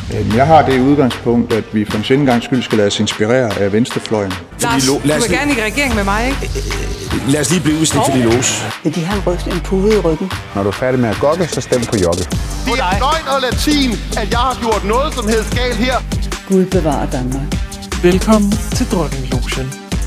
Jeg har det udgangspunkt, at vi for en sjældent gang skyld skal lade os inspirere af venstrefløjen. Lars, du vil gerne i regering med mig, ikke? Lad os lige blive udsnit for Lillos. Vil de have en pude i ryggen? Når du er færdig med at gokke, så stem på Jokke. Det er løgn og latin, at jeg har gjort noget som helst galt her. Gud bevarer Danmark. Velkommen til Dronningelogen.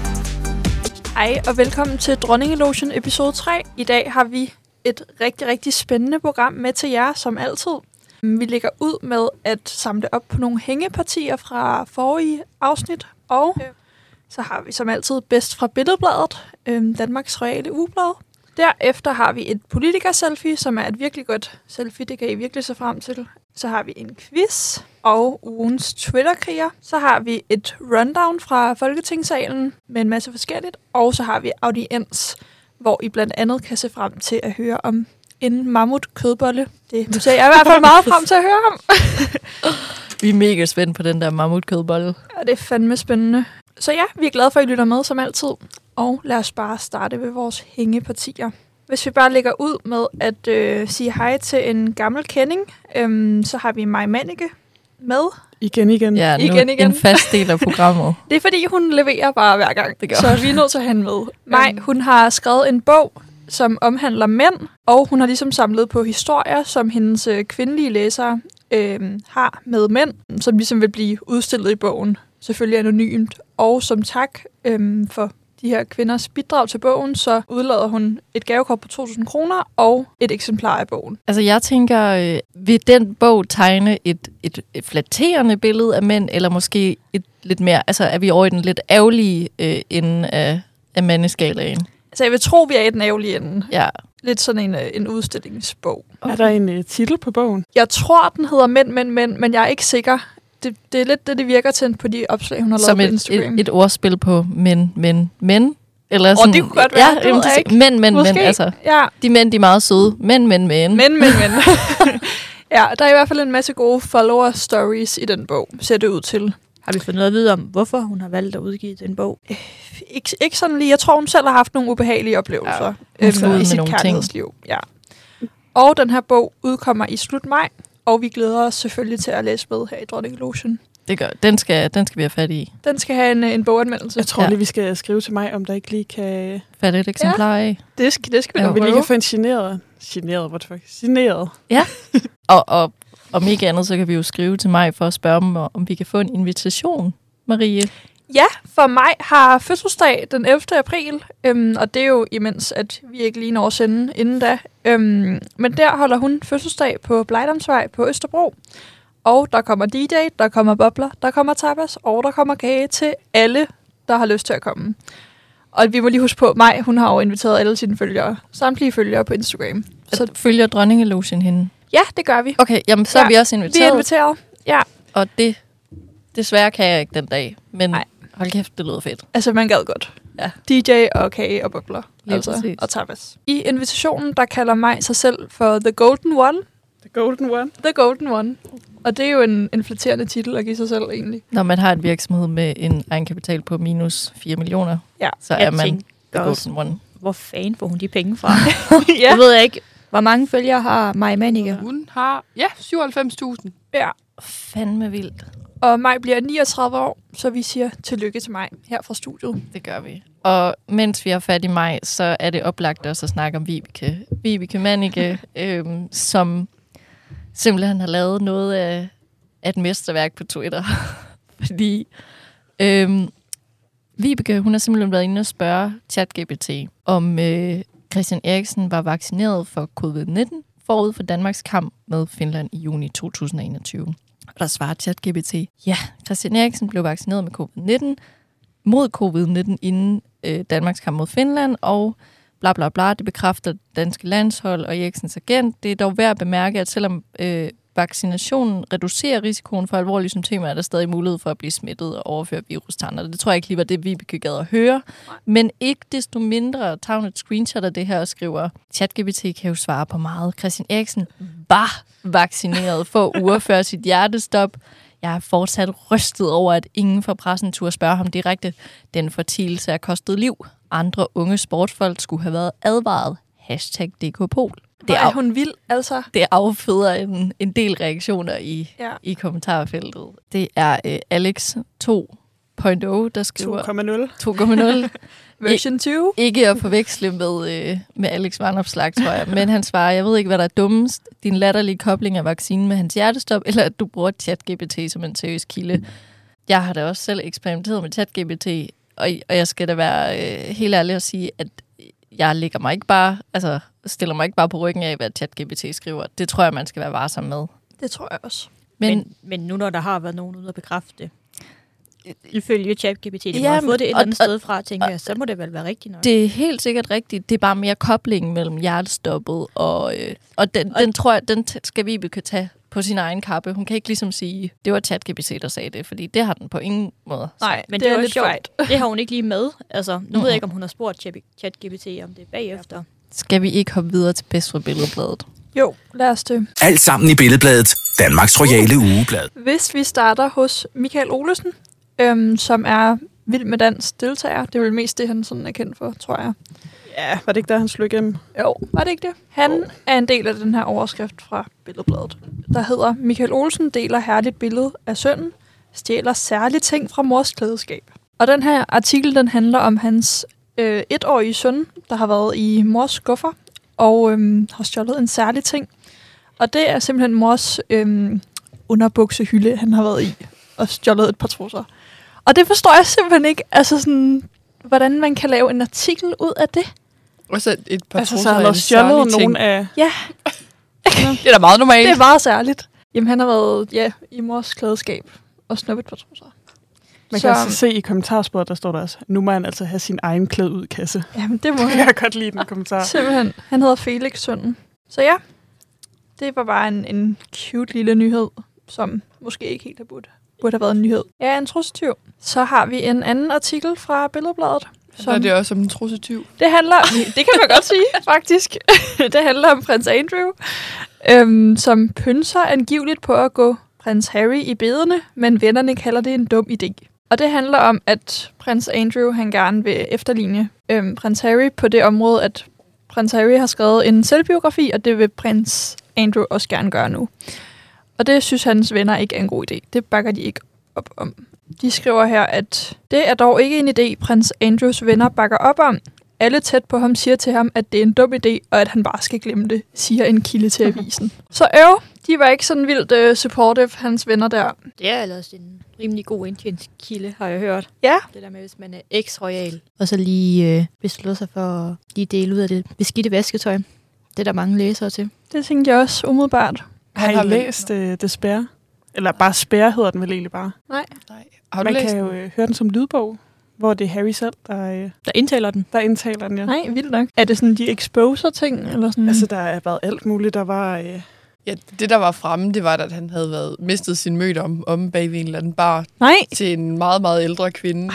Hej og velkommen til Dronningelogen episode 3. I dag har vi et rigtig, rigtig spændende program med til jer, som altid. Vi lægger ud med at samle op på nogle hængepartier fra forrige afsnit, og så har vi som altid bedst fra Billedbladet, Danmarks royale ugeblad. Derefter har vi et politiker-selfie, som er et virkelig godt selfie, det kan I virkelig se frem til. Så har vi en quiz og ugens Twitter-kriger. Så har vi et rundown fra Folketingssalen med en masse forskelligt. Og så har vi audiens, hvor I blandt andet kan se frem til at høre om en mammutkødbolle. Det ser jeg i hvert fald meget frem til at høre om. Vi er mega spændte på den der mammutkødbolle. Og det er fandme spændende. Så ja, vi er glade for, at I lytter med som altid. Og lad os bare starte ved vores hængepartier. Hvis vi bare lægger ud med at sige hej til en gammel kending, så har vi Maj Mannicke med. Igen. Ja, nu igen. En fast del af programmet. Det er fordi, hun leverer bare hver gang. Det gør. Så vi er nødt til at have hende med. Maj, hun har skrevet en bog, som omhandler mænd, og hun har ligesom samlet på historier, som hendes kvindelige læsere har med mænd, som ligesom vil blive udstillet i bogen. Selvfølgelig anonymt. Og som tak for de her kvinders bidrag til bogen, så udlader hun et gavekort på 2.000 kroner og et eksemplar af bogen. Altså jeg tænker, vil den bog tegne et flatterende billede af mænd, eller måske et lidt mere, altså er vi over i den lidt ærgerlige ende af mandeskalaen? Altså jeg vil tro, vi er i den ærgerlige ende. Ja. Lidt sådan en udstillingsbog. Er der en titel på bogen? Jeg tror, den hedder Mænd, men jeg er ikke sikker. Det er lidt det virker til på de opslag, hun har lavet på Instagram. Som et ordspil på men. Eller sådan, det kunne godt være. Ja, det ikke. Men. Altså, ja. De mænd, de er meget søde. Men. Men. Ja, der er i hvert fald en masse gode follower-stories i den bog, ser det ud til. Har vi fået noget at vide om, hvorfor hun har valgt at udgive den bog? Ikke sådan lige. Jeg tror, hun selv har haft nogle ubehagelige oplevelser i sit kærlighedsliv. Ja. Og den her bog udkommer i slut maj, og vi glæder os selvfølgelig til at læse med her i Dronningelogen. Det gør. Den skal vi have fat i. Den skal have en boganmeldelse. Jeg tror lige, vi skal skrive til mig, om der ikke lige kan... Fatte et eksemplar af. Det skal vi nok vi lige kan få en signeret. Ja. og om ikke andet, så kan vi jo skrive til mig for at spørge om vi kan få en invitation, Marie. Ja, for mig har fødselsdag den 11. april, og det er jo imens, at vi ikke lige når at sende inden da. Men der holder hun fødselsdag på Blejdomsvej på Østerbro. Og der kommer DJ, der kommer bobler, der kommer tapas, og der kommer kage til alle, der har lyst til at komme. Og vi må lige huske på, Maj, hun har jo inviteret alle sine følgere, samtlige følgere på Instagram. Så følger Dronningelogen hende? Ja, det gør vi. Okay, jamen så er vi også inviteret. Vi er inviteret, ja. Og desværre kan jeg ikke den dag, men hold kæft, det lyder fedt. Altså, man gad godt. Ja. DJ og kage og bobler. Altså, og tapas. I invitationen, der kalder Maj sig selv for The Golden One. The Golden One. Og det er jo en flatterende titel at give sig selv, egentlig. Når man har en virksomhed med en egenkapital på minus 4 millioner, så er man The Golden One. Hvor fanden får hun de penge fra? Ja. Jeg ved ikke, hvor mange følgere har Maj Mannicke? Hun har, 97.000. Ja. Fandme vildt. Og Maj bliver 39 år, så vi siger tillykke til Maj her fra studiet. Det gør vi. Og mens vi har fat i Maj, så er det oplagt også at snakke om Vibeke Mannicke, som simpelthen har lavet noget af et mesterværk på Twitter. Fordi Vibeke, hun har simpelthen været inde og spørge ChatGPT, om Christian Eriksen var vaccineret for covid-19 forud for Danmarks kamp med Finland i juni 2021. Og der svarer ChatGPT, ja, Christian Eriksen blev vaccineret mod covid-19 inden Danmarks kamp mod Finland, og bla bla bla, det bekræfter danske landshold og Eriksens agent. Det er dog værd at bemærke, at selvom vaccinationen reducerer risikoen for alvorlige symptomer, er der stadig mulighed for at blive smittet og overføre virus til andre. Det tror jeg ikke lige var det, Vibeke gad at høre. Men ikke desto mindre tager hun et screenshot af det her og skriver, ChatGPT kan jo svare på meget. Christian Eriksen var vaccineret få uger før sit hjertestop. Jeg er fortsat rystet over, at ingen fra pressen turde spørge ham direkte. Den fortielse er kostet liv. Andre unge sportsfolk skulle have været advaret. #DKPol. hun vild, altså. Det afføder en del reaktioner i kommentarfeltet. Det er Alex 2.0, der skriver... 2,0. Version 2. Ikke at forveksle med Alex Vanopslagh, tror jeg. Men han svarer, jeg ved ikke, hvad der er dummest. Din latterlige kobling af vaccinen med hans hjertestop, eller at du bruger ChatGPT som en seriøs kilde. Jeg har da også selv eksperimenteret med ChatGPT, og jeg skal da være helt ærlig at sige, at jeg lægger mig ikke bare, stiller mig ikke bare på ryggen af, hvad ChatGPT skriver. Det tror jeg, man skal være varsom med. Det tror jeg også. Men nu, når der har været nogen ude at bekræfte det, ifølge ChatGPT, de har fået det et eller andet sted fra, tænker jeg, så må det vel være rigtigt nok. Det er helt sikkert rigtigt. Det er bare mere koblingen mellem hjertestoppet, og den tror jeg, den skal Vibeke tage på sin egen kappe. Hun kan ikke ligesom sige, det var ChatGPT, der sagde det, fordi det har den på ingen måde. Nej, men det er lidt sjovt. Det har hun ikke lige med. Altså, nu ved jeg ikke, om hun har spurgt ChatGPT om det bagefter. Skal vi ikke hoppe videre til Bedst fra Billedbladet? Jo, lad os det. Alt sammen i Billedbladet. Danmarks royale ugeblad. Hvis vi starter hos Michael Olesen, som er Vild med Dans deltager. Det er vel mest det, han sådan er kendt for, tror jeg. Ja, var det ikke der, han slog igennem? Jo, var det ikke det? Han er en del af den her overskrift fra Billedbladet, der hedder Michael Olsen deler herligt billede af sønnen, stjæler særlige ting fra mors klædeskab. Og den her artikel, den handler om hans 1-årige søn, der har været i mors skuffer og har stjålet en særlig ting. Og det er simpelthen mors underbuksehylde, han har været i og stjålet et par trusser. Og det forstår jeg simpelthen ikke, altså sådan, hvordan man kan lave en artikel ud af det. Og så et par trusser. Så han har stjålet nogen af... Ja. Det er da meget normalt. Det er meget særligt. Jamen, han har været i mors klædeskab og snuppet et par trusser. Man kan altså se i kommentarsporet, der står der også, nu må han altså have sin egen klæd-ud-kasse. Jamen, det må han. Jeg kan godt lide den kommentar. Simpelthen. Han hedder Felix, sønnen. Så ja, det var bare en cute lille nyhed, som måske ikke helt burde have været en nyhed. Ja, en trussetyv. Så har vi en anden artikel fra Billedbladet. Så er det også om en trussetyv. Det handler, det kan man godt sige, faktisk. Det handler om prins Andrew, som pynser angiveligt på at gå prins Harry i bederne, men vennerne kalder det en dum idé. Og det handler om, at prins Andrew, han gerne vil efterligne prins Harry på det område, at prins Harry har skrevet en selvbiografi, og det vil prins Andrew også gerne gøre nu. Og det synes hans venner ikke er en god idé. Det bakker de ikke op om. De skriver her, at det er dog ikke en idé, prins Andrews venner bakker op om. Alle tæt på ham siger til ham, at det er en dum idé, og at han bare skal glemme det, siger en kilde til avisen. Så de var ikke sådan vildt supportive, hans venner der. Det er ellers en rimelig god indtjensk kilde, har jeg hørt. Ja. Det der med, hvis man er eks-royal, og så lige beslutter sig for at lige dele ud af det beskidte vasketøj. Det er der mange læsere til. Det tænkte jeg også umiddelbart. Har I læst Despair? Eller bare Spær hedder den vel egentlig bare? Nej. Har du Man læst kan jo høre den som lydbog, hvor det er Harry selv, der indtaler den. Der indtaler den, ja. Nej, vildt nok. Er det sådan, de exposer ting? Eller sådan? Altså, der har været alt muligt. Der var... Ja, det der var fremme, det var, at han havde mistet sin møde om bag ved en eller anden bar til en meget, meget ældre kvinde.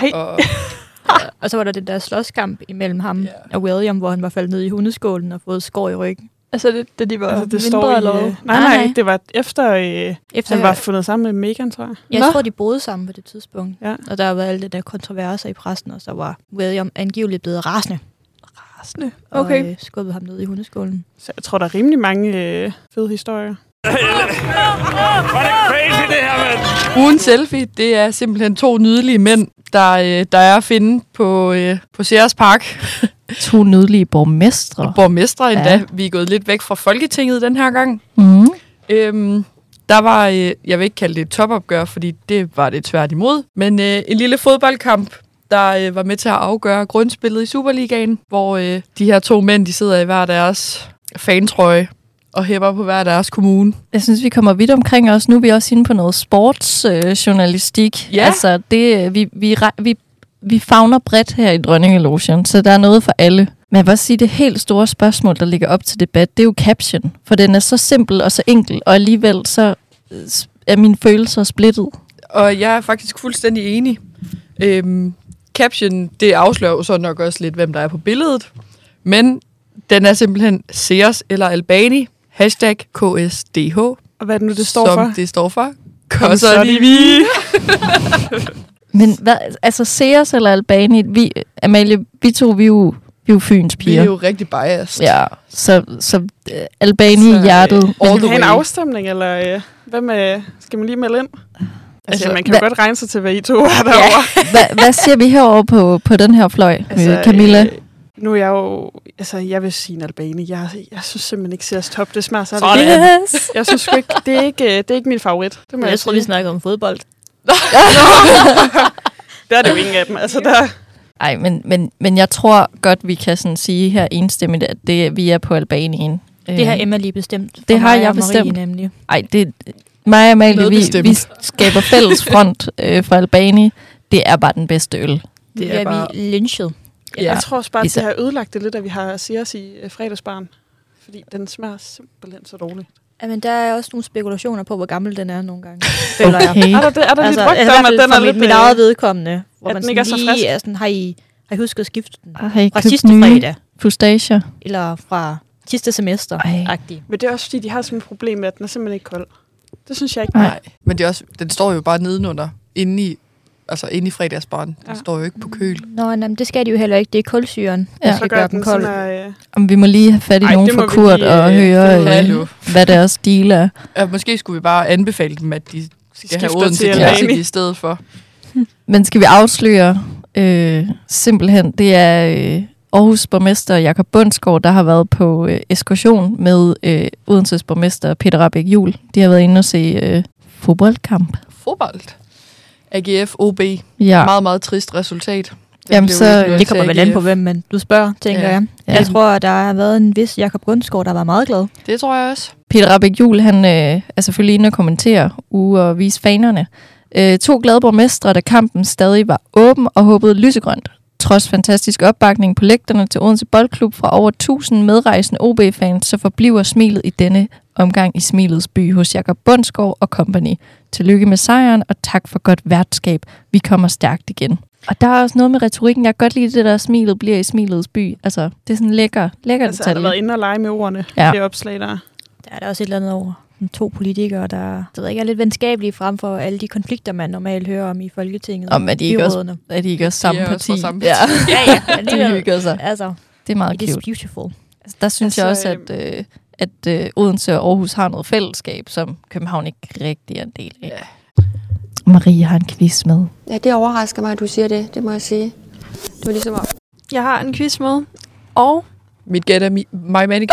Og så var der den der slåskamp imellem ham og William, hvor han var faldet ned i hundeskålen og fået skår i ryggen. Altså, det de var det mindre, står eller Nej, det var efter han var fundet sammen med Meghan, tror jeg. Jeg tror, de boede sammen på det tidspunkt. Ja. Og der var alle de der kontroverser i pressen, og så var William angiveligt blevet rasende. Okay. Og skubbede ham ned i hundeskålen. Så jeg tror, der er rimelig mange fede historier. Var det crazy, det her, mand? Ugen selfie, det er simpelthen 2 nydelige mænd, der er at finde på Ceres Park. 2 nydelige borgmestre. Borgmestre endda. Ja. Vi er gået lidt væk fra Folketinget den her gang. Mm. Der var, jeg vil ikke kalde det et topopgør, fordi det var det tværtimod, men en lille fodboldkamp, der var med til at afgøre grundspillet i Superligaen, hvor de her 2 mænd, de sidder i hver deres fantrøje og hæpper på hver deres kommune. Jeg synes, vi kommer vidt omkring os. Nu er vi også inde på noget sportsjournalistik. Ja. Altså, vi favner bredt her i Dronningelogen, så der er noget for alle. Men jeg vil også sige, det helt store spørgsmål, der ligger op til debat, det er jo caption. For den er så simpel og så enkel, og alligevel så er mine følelser splittet. Og jeg er faktisk fuldstændig enig. Caption, det afslører jo så nok også lidt, hvem der er på billedet. Men den er simpelthen Ceres eller Albani, #KSDH. Og hvad er det nu, det står for? Som det står for. Kosser de vi. Men hvad, altså Ceres eller Albani, Amalie, vi Vi er jo Fyns Vi piger. er jo rigtig biased. Ja, så Albani i hjertet. Skal vi have en afstemning, eller hvad med, skal man lige melde ind? Altså man kan jo godt regne sig til, hvad I to er derovre. Hvad siger vi herovre på den her fløj, Camilla? Nu er jeg jo, jeg vil sige en Albani. Jeg synes simpelthen ikke CS Top. Det smager så Yes. Jeg synes ikke, det er ikke min favorit. Det må Jeg tror, vi snakker om fodbold. Der er det jo ingen af dem. Altså, der. Ej, men jeg tror godt, vi kan sådan sige her enstemmigt, at vi er på Albanien. Det har Emma lige bestemt. Det har jeg bestemt. Marie, nemlig. Ej, det mig og Amalie, vi skaber fælles front for Albani. Det er bare den bedste øl. Det er bare vi lynchet. Ja. Jeg tror også bare, at det har ødelagt det lidt, at vi har Sears i fredagsbaren. Fordi den smager simpelthen så dårligt. Jamen, der er også nogle spekulationer på, hvor gammel den er nogle gange. Okay. Er der lidt rygter om, at den er lidt... Mit eget vedkommende. Hvor at man den ikke er så frisk. Er sådan, har I husket at skifte den? Har I fra købt sidste nye fredag? Fustasia? Eller fra sidste semester-agtigt. Men det er også fordi, de har sådan et problem med, at den er simpelthen ikke kold. Det synes jeg ikke. Nej, men det er også, den står jo bare nedenunder, inde i fredagsbaren. Den står jo ikke på køl. Nå, men det skal de jo heller ikke. Det er kulsyren, der skal gøre den kold. Vi må lige have fat i nogen fra Kurt og høre, hvad deres stil er. Ja, måske skulle vi bare anbefale dem, at de skal have Odense Classic i stedet for. Men skal vi afsløre simpelthen, det er Aarhus borgmester Jakob Bundsgaard, der har været på ekskursion med Odenses borgmester Peter Rahbæk Juhl. De har været inde og se fodboldkamp. Fodbold? AGF OB. Ja. Meget, meget trist resultat. Jamen, så det kommer vel an på, hvem man du spørger, tænker jeg. Ja. Jeg tror, at der har været en vis Jakob Bundsgaard, der var meget glad. Det tror jeg også. Peter Rahbæk Juhl, han er selvfølgelig inde og kommentere og vise fanerne. 2 glade borgmestre, da kampen stadig var åben og håbede lysegrønt. Trods fantastisk opbakning på lægterne til Odense Boldklub fra over 1000 medrejsende OB-fans, så forbliver smilet i denne omgang i Smilets by hos Jakob Bundsgaard og company. Tillykke med sejren, og tak for godt værtskab. Vi kommer stærkt igen. Og der er også noget med retorikken. Jeg kan godt lide det der, smilet bliver i Smilets by. Altså, det er sådan lækker detalje. Altså, har der været inde og lege med ordene, det opslag der? Der er der også et eller andet over 2 politikere, der er lidt venskabelige frem for alle de konflikter, man normalt hører om i Folketinget. Om er de ikke også samme parti? Ja. De hygger sig. Altså, det er meget cute. It is beautiful. Altså, der synes jeg også, at Odense og Aarhus har noget fællesskab, som København ikke rigtig er en del af. Ja. Marie har en quiz med. Ja, det overrasker mig, at du siger det. Det må jeg sige. Det var ligesom op. Jeg har en quiz med, og mit gæt er My Mannequin.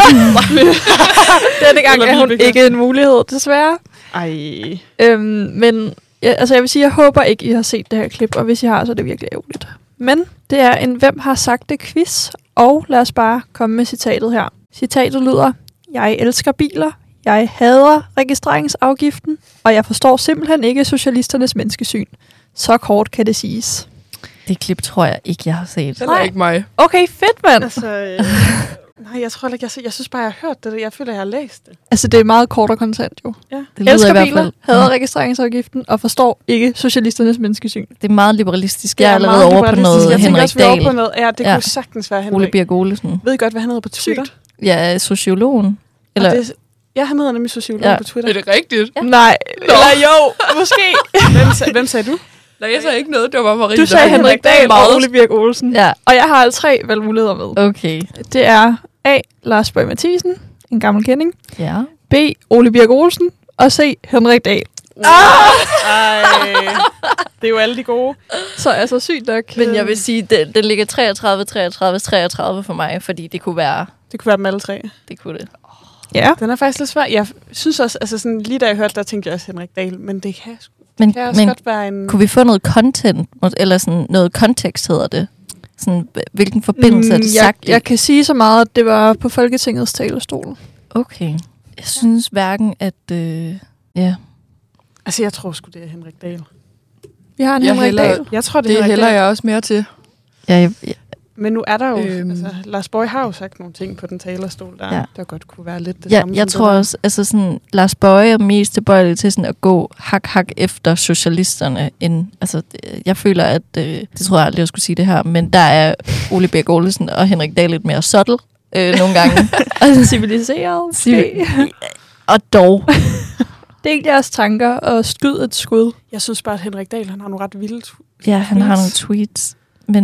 Denne gang er hun ikke en mulighed, desværre. Ej. Men jeg vil sige, jeg håber ikke, I har set det her klip, og hvis I har, så er det virkelig ærgerligt. Men det er en Hvem har sagt det quiz, og lad os bare komme med citatet her. Citatet lyder: Jeg elsker biler, jeg hader registreringsafgiften, og jeg forstår simpelthen ikke socialisternes menneskesyn. Så kort kan det siges. Det klip tror jeg ikke, jeg har set. Det er ikke mig. Okay, fedt, mand. Altså, nej, jeg tror ikke, jeg synes bare, jeg har hørt det. Jeg føler, jeg har læst det. Altså, det er meget kort og kontant, jo. Ja. Det elsker biler, hader registreringsafgiften, og forstår ikke socialisternes menneskesyn. Det er meget liberalistisk. Jeg er allerede over på noget Henrik Dahl. Ja, det kunne sagtens være Henrik. Ole Birk Olesen. Ved I godt, hvad han hedder på Twitter? Ja, sociologen. Eller... Ja, han hedder nemlig sociolog på Twitter. Er det rigtigt? Ja. Nej. Eller jo, måske. Hvem sagde du? Nej, jeg sagde ikke noget. Det var bare Marie. Du sagde Henrik Dahl og Ole Birk Olesen. Ja. Og jeg har 3 valgmuligheder med. Okay. Det er A. Lars Boje Mathiesen, en gammel kending. Ja. B. Ole Birk Olesen. Og C. Henrik Dahl. Det er jo alle de gode. Så altså sygt nok. Men jeg vil sige, den ligger 33 for mig, fordi det kunne være... Det kunne være dem alle 3. Det kunne det. Ja. Den er faktisk lidt svær. Jeg synes også, altså sådan, lige da jeg hørte, der tænkte jeg også Henrik Dahl, men det kan også godt være en... Kunne vi få noget content, eller sådan noget kontekst hedder det? Sådan, hvilken forbindelse er det sagt jeg kan sige så meget, at det var på Folketingets talerstol. Okay. Jeg synes hverken, at... ja. Altså, jeg tror sgu, det er Henrik Dahl. Vi har en Henrik Dahl. Jeg tror, det hælder jeg også mere til. Ja. Men nu er der jo... Altså, Lars Boje har jo sagt nogle ting på den talerstol, der godt kunne være lidt det samme. Jeg tror også, altså sådan, Lars Boje er mest tilbøjelig til sådan at gå hak efter socialisterne. Altså, jeg føler, at... det tror jeg aldrig, jeg skulle sige det her, men der er Ole Birk Olesen og Henrik Dahl lidt mere subtle nogle gange. Altså, civiliseret. Og dog... Det er ikke deres tanker at skyde et skud. Jeg synes bare, at Henrik Dahl, han har nogle ret vilde Ja, han har nogle tweets. Men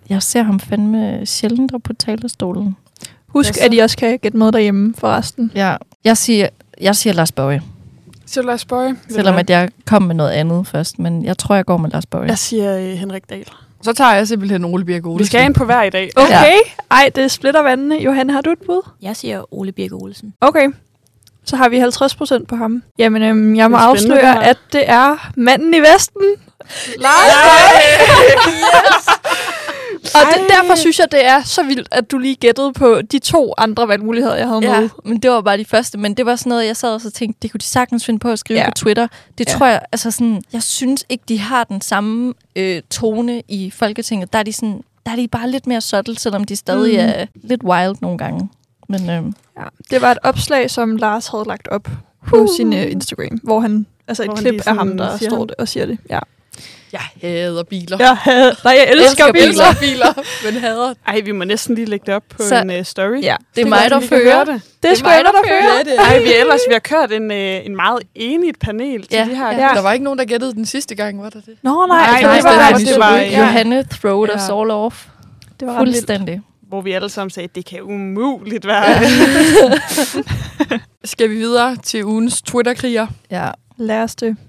Jeg ser ham fandme sjældent på talerstolen. Husk, at I også kan gætte med derhjemme forresten. Ja, jeg siger Lars Boje. Siger Lars Boje? Selvom at jeg kom med noget andet først, men jeg tror, jeg går med Lars Boje. Jeg siger Henrik Dahl. Så tager jeg simpelthen Ole Birk Olesen. Vi skal ind på hver i dag. Okay. Ja. Ej, det splitter vandene. Johan, har du et bud? Jeg siger Ole Birk Olesen. Okay. Så har vi 50% på ham. Jamen, jeg må afsløre, at det er manden i Vesten. Lars yes! Og derfor synes jeg, det er så vildt, at du lige gættede på de 2 andre valgmuligheder, jeg havde med. Men det var bare de første. Men det var sådan noget, jeg sad og så tænkte, det kunne de sagtens finde på at skrive på Twitter. Det tror jeg, altså sådan, jeg synes ikke, de har den samme tone i Folketinget. Der er de bare lidt mere subtle, selvom de stadig er lidt wild nogle gange. Men, det var et opslag, som Lars havde lagt op på sin Instagram, hvor han, altså et klip af ham, der står det og siger det. Ja. Jeg hader biler. Jeg elsker biler, men hader. Ej, vi må næsten lige lægge det op på en story. Ja, det er mig, der fører det. Det er sgu mig, der fører det. Ej, vi har kørt en meget enigt panel til de her. Ja. Der var ikke nogen, der gættede den sidste gang, var der det? Nå, nej. Det var Johanne throwed us all off. Det var fuldstændig. Hvor vi alle sammen sagde, at det kan umuligt være. Skal vi videre til ugens Twitter-kriger? Ja. Lad os det.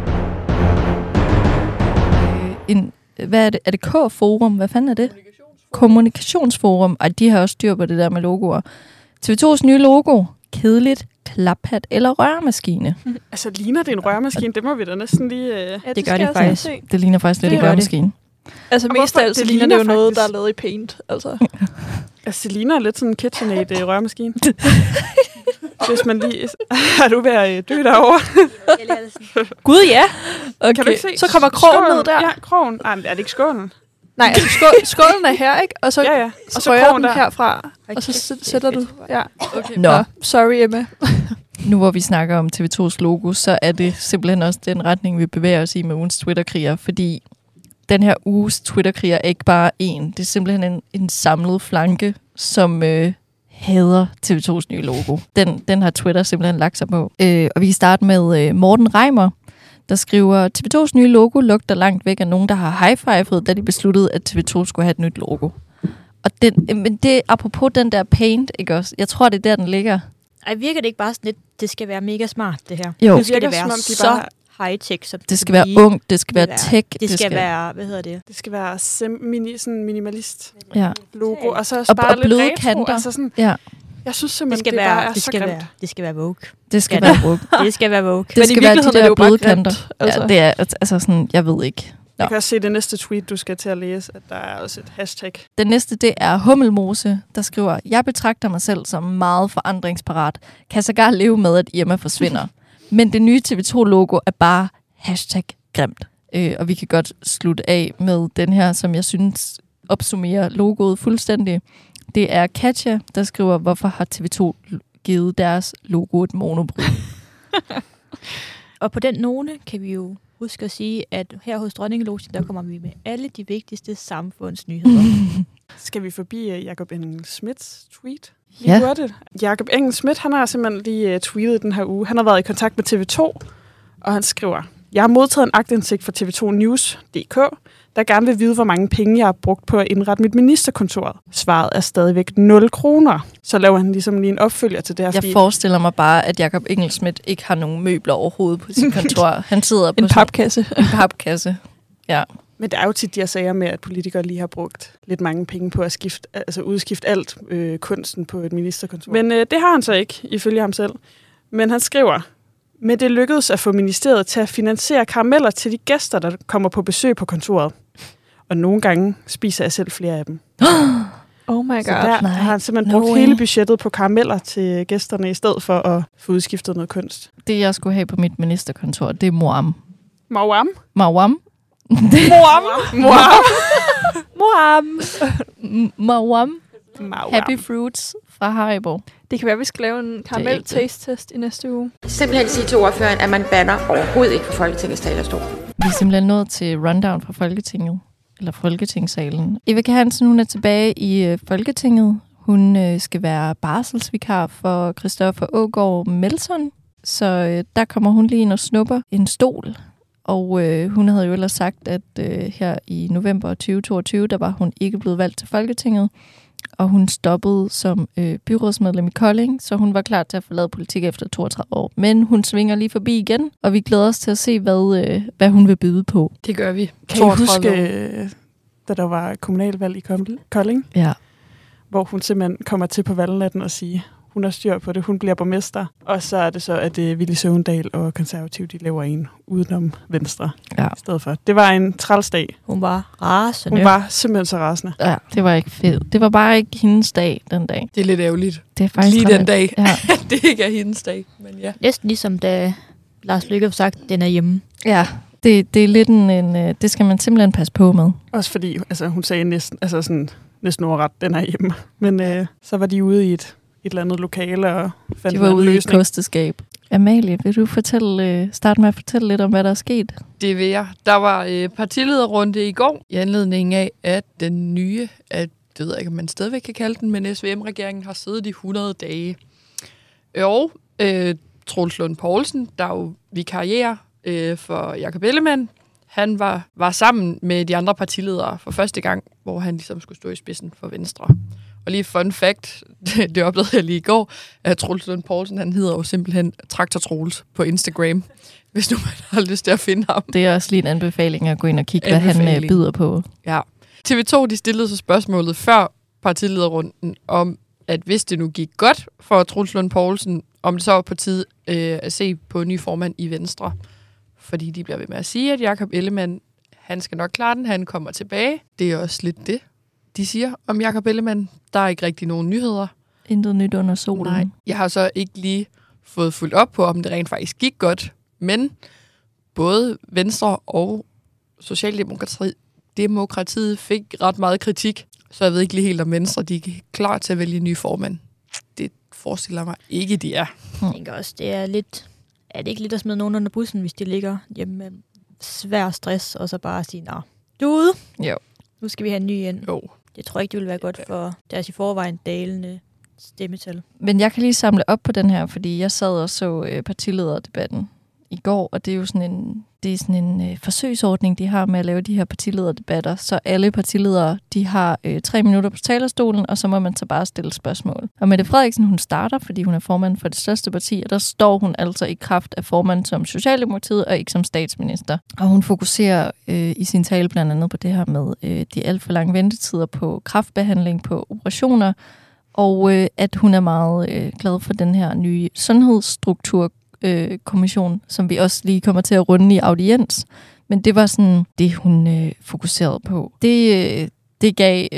Hvad er det? Er det K-forum? Hvad fanden er det? Kommunikationsforum. Ej, de har også styr på det der med logoer. TV2's nye logo. Kedeligt, klaphat eller rørmaskine. Altså, ligner det en rørmaskine? Det må vi da næsten lige... det gør det faktisk. Det ligner faktisk lidt en rørmaskine. Altså, mest af alt, så ligner det jo noget, der er lavet i Paint. Altså, det ligner lidt sådan en KitchenAid rørmaskine. Hvis man lige... Har du været dø derovre? Gud, ja. Okay. Kan du ikke se? Så kommer krogen ned der. Ja, krogen. Nej, men er det ikke skålen? Nej, altså skålen er her, ikke? Og så, og så rører den herfra, og så sætter du... Ja. Okay. Nå. Sorry, Emma. Nu hvor vi snakker om TV2's logo, så er det simpelthen også den retning, vi bevæger os i med ugens Twitter-kriger, fordi den her uges Twitter-kriger er ikke bare én. Det er simpelthen en samlet flanke, som hader TV2's nye logo. Den har Twitter simpelthen lagt sig på. Og vi kan starte med Morten Reimer, der skriver, TV2's nye logo lugter langt væk af nogen, der har high-fivet, da de besluttede, at TV2 skulle have et nyt logo. Og men det apropos den der paint, ikke også? Jeg tror, det er der, den ligger. Ej, virker det ikke bare sådan lidt, det skal være mega smart, det her? Jo. Det skal det være så high-tech, som det skal være ungt, det skal være tech. Det skal være, hvad hedder det? Det skal være sådan minimalist logo, og så bare lidt retro. Kanter. Altså sådan, jeg synes simpelthen, det bare er så grimt. Det skal være Vogue. Det skal være Vogue. Det skal være Vogue. Det skal være de der bløde kanter. Altså. Ja, det er altså sådan, jeg ved ikke. Jeg kan også se det næste tweet, du skal til at læse, at der er også et hashtag. Den næste, det er Hummelmose, der skriver, jeg betragter mig selv som meget forandringsparat. Kan sågar leve med, at Irma forsvinder. Men det nye TV2-logo er bare #grimt. Og vi kan godt slutte af med den her, som jeg synes opsummerer logoet fuldstændig. Det er Katja, der skriver, hvorfor har TV2 givet deres logo et monobryd? Og på den note kan vi jo huske at sige, at her hos Dronningelogen, der kommer vi med alle de vigtigste samfundsnyheder. Skal vi forbi Jakob Engel-Schmidts tweet? Ja. Jakob Engel-Schmidt, han har simpelthen lige tweetet den her uge. Han har været i kontakt med TV2, og han skriver, jeg har modtaget en aktindsigt fra TV2 News.dk, der gerne vil vide, hvor mange penge jeg har brugt på at indrette mit ministerkontor. Svaret er stadigvæk 0 kroner. Så laver han ligesom lige en opfølger til det her. Jeg forestiller mig bare, at Jakob Engel-Schmidt ikke har nogen møbler overhovedet på sit kontor. Han sidder på en papkasse. En papkasse, ja. Men det er jo tit de her sager med, at politikere lige har brugt lidt mange penge på at udskifte alt kunsten på et ministerkontor. Men det har han så ikke, ifølge ham selv. Men han skriver, men det lykkedes at få ministeriet til at finansiere karameller til de gæster, der kommer på besøg på kontoret. Og nogle gange spiser jeg selv flere af dem. Oh my god. Så der har han simpelthen brugt hele budgettet på karameller til gæsterne, i stedet for at få udskiftet noget kunst. Det, jeg skulle have på mit ministerkontor, det er Moam. Moam? Moam? Moam. Happy Fruits fra Haribo. Det kan være, at vi skal lave en karamel taste test i næste uge. Simpelthen sige til ordføreren, at man banner overhovedet ikke på Folketingets talerstol. Vi er simpelthen nået til rundown fra Folketinget, eller Folketingssalen. Eva Kjer Hansen, hun er tilbage i Folketinget. Hun skal være barselsvikar for Christoffer Aagaard Melson. Så der kommer hun lige ind og snupper en stol. Og hun havde jo ellers sagt, at her i november 2022, der var hun ikke blevet valgt til Folketinget. Og hun stoppede som byrådsmedlem i Kolding, så hun var klar til at forlade politik efter 32 år. Men hun svinger lige forbi igen, og vi glæder os til at se, hvad hun vil byde på. Det gør vi. Kan I huske, da der var kommunalvalg i Kolding? Ja. Hvor hun simpelthen kommer til på valgnatten og siger, hun har styr på det, hun bliver borgmester. Og så er det så, at Villy Søvndal og Konservative, de laver en udenom Venstre i stedet for. Det var en trælsdag. Hun var rasende. Hun var simpelthen så rasende. Ja, det var ikke fedt. Det var bare ikke hendes dag den dag. Det er lidt ærgerligt. Det er faktisk lige den dag, ja. Det ikke er hendes dag. Men ja. Næsten ligesom da Lars Løkke har sagt, den er hjemme. Ja, det er lidt det skal man simpelthen passe på med. Også fordi, hun sagde næsten overret, den er hjemme. Men så var de ude i et eller andet lokale og fandt de var ude løsning. I et kosteskab. Amalie, vil du starte med at fortælle lidt om, hvad der er sket? Det vil jeg. Der var partilederrunde i går, i anledning af, at den nye, det ved jeg ikke, om man stadigvæk kan kalde den, men SVM-regeringen har siddet i 100 dage. Og Troels Lund Poulsen, der jo vikarierer for Jakob Ellemann, han var sammen med de andre partiledere for første gang, hvor han ligesom skulle stå i spidsen for Venstre. Og lige fun fact, det oplevede jeg lige i går, at Troels Lund Poulsen, han hedder jo simpelthen Traktor Troels på Instagram, hvis nu man har lyst til at finde ham. Det er også lige en anbefaling at gå ind og kigge, hvad han byder på. Ja. TV2, de stillede så spørgsmålet før partilederrunden om, at hvis det nu gik godt for Troels Lund Poulsen, om det så var på tide at se på en ny formand i Venstre. Fordi de bliver ved med at sige, at Jakob Ellemann, han skal nok klare den, han kommer tilbage. Det er også lidt det, de siger om Jakob Ellemann. Der er ikke rigtig nogen nyheder. Intet nyt under solen. Nej, jeg har så ikke lige fået fulgt op på, om det rent faktisk gik godt. Men både Venstre og Socialdemokratiet fik ret meget kritik. Så jeg ved ikke lige helt, om Venstre de er klar til at vælge en ny formand. Det forestiller mig ikke, de er. Jeg tænker også, det er lidt... Er det ikke lidt at smide nogen under bussen, hvis de ligger hjemme med svær stress, og så bare sige, nå, du er ude. Jo. Nu skal vi have en ny ind. Jo. Jeg tror ikke, det vil være godt for deres i forvejen dalende stemmetal. Men jeg kan lige samle op på den her, fordi jeg sad og så partilederdebatten i går, og det er jo sådan en forsøgsordning, de har med at lave de her partilederdebatter. Så alle partiledere, de har 3 minutter på talerstolen, og så må man så bare stille spørgsmål. Og Mette Frederiksen, hun starter, fordi hun er formand for det største parti, og der står hun altså i kraft af formand som Socialdemokratiet, og ikke som statsminister. Og hun fokuserer i sin tale blandt andet på det her med de alt for lange ventetider på kræftbehandling, på operationer, og at hun er meget glad for den her nye sundhedsstruktur kommission, som vi også lige kommer til at runde i audiens. Men det var sådan det, hun fokuserede på. Det gav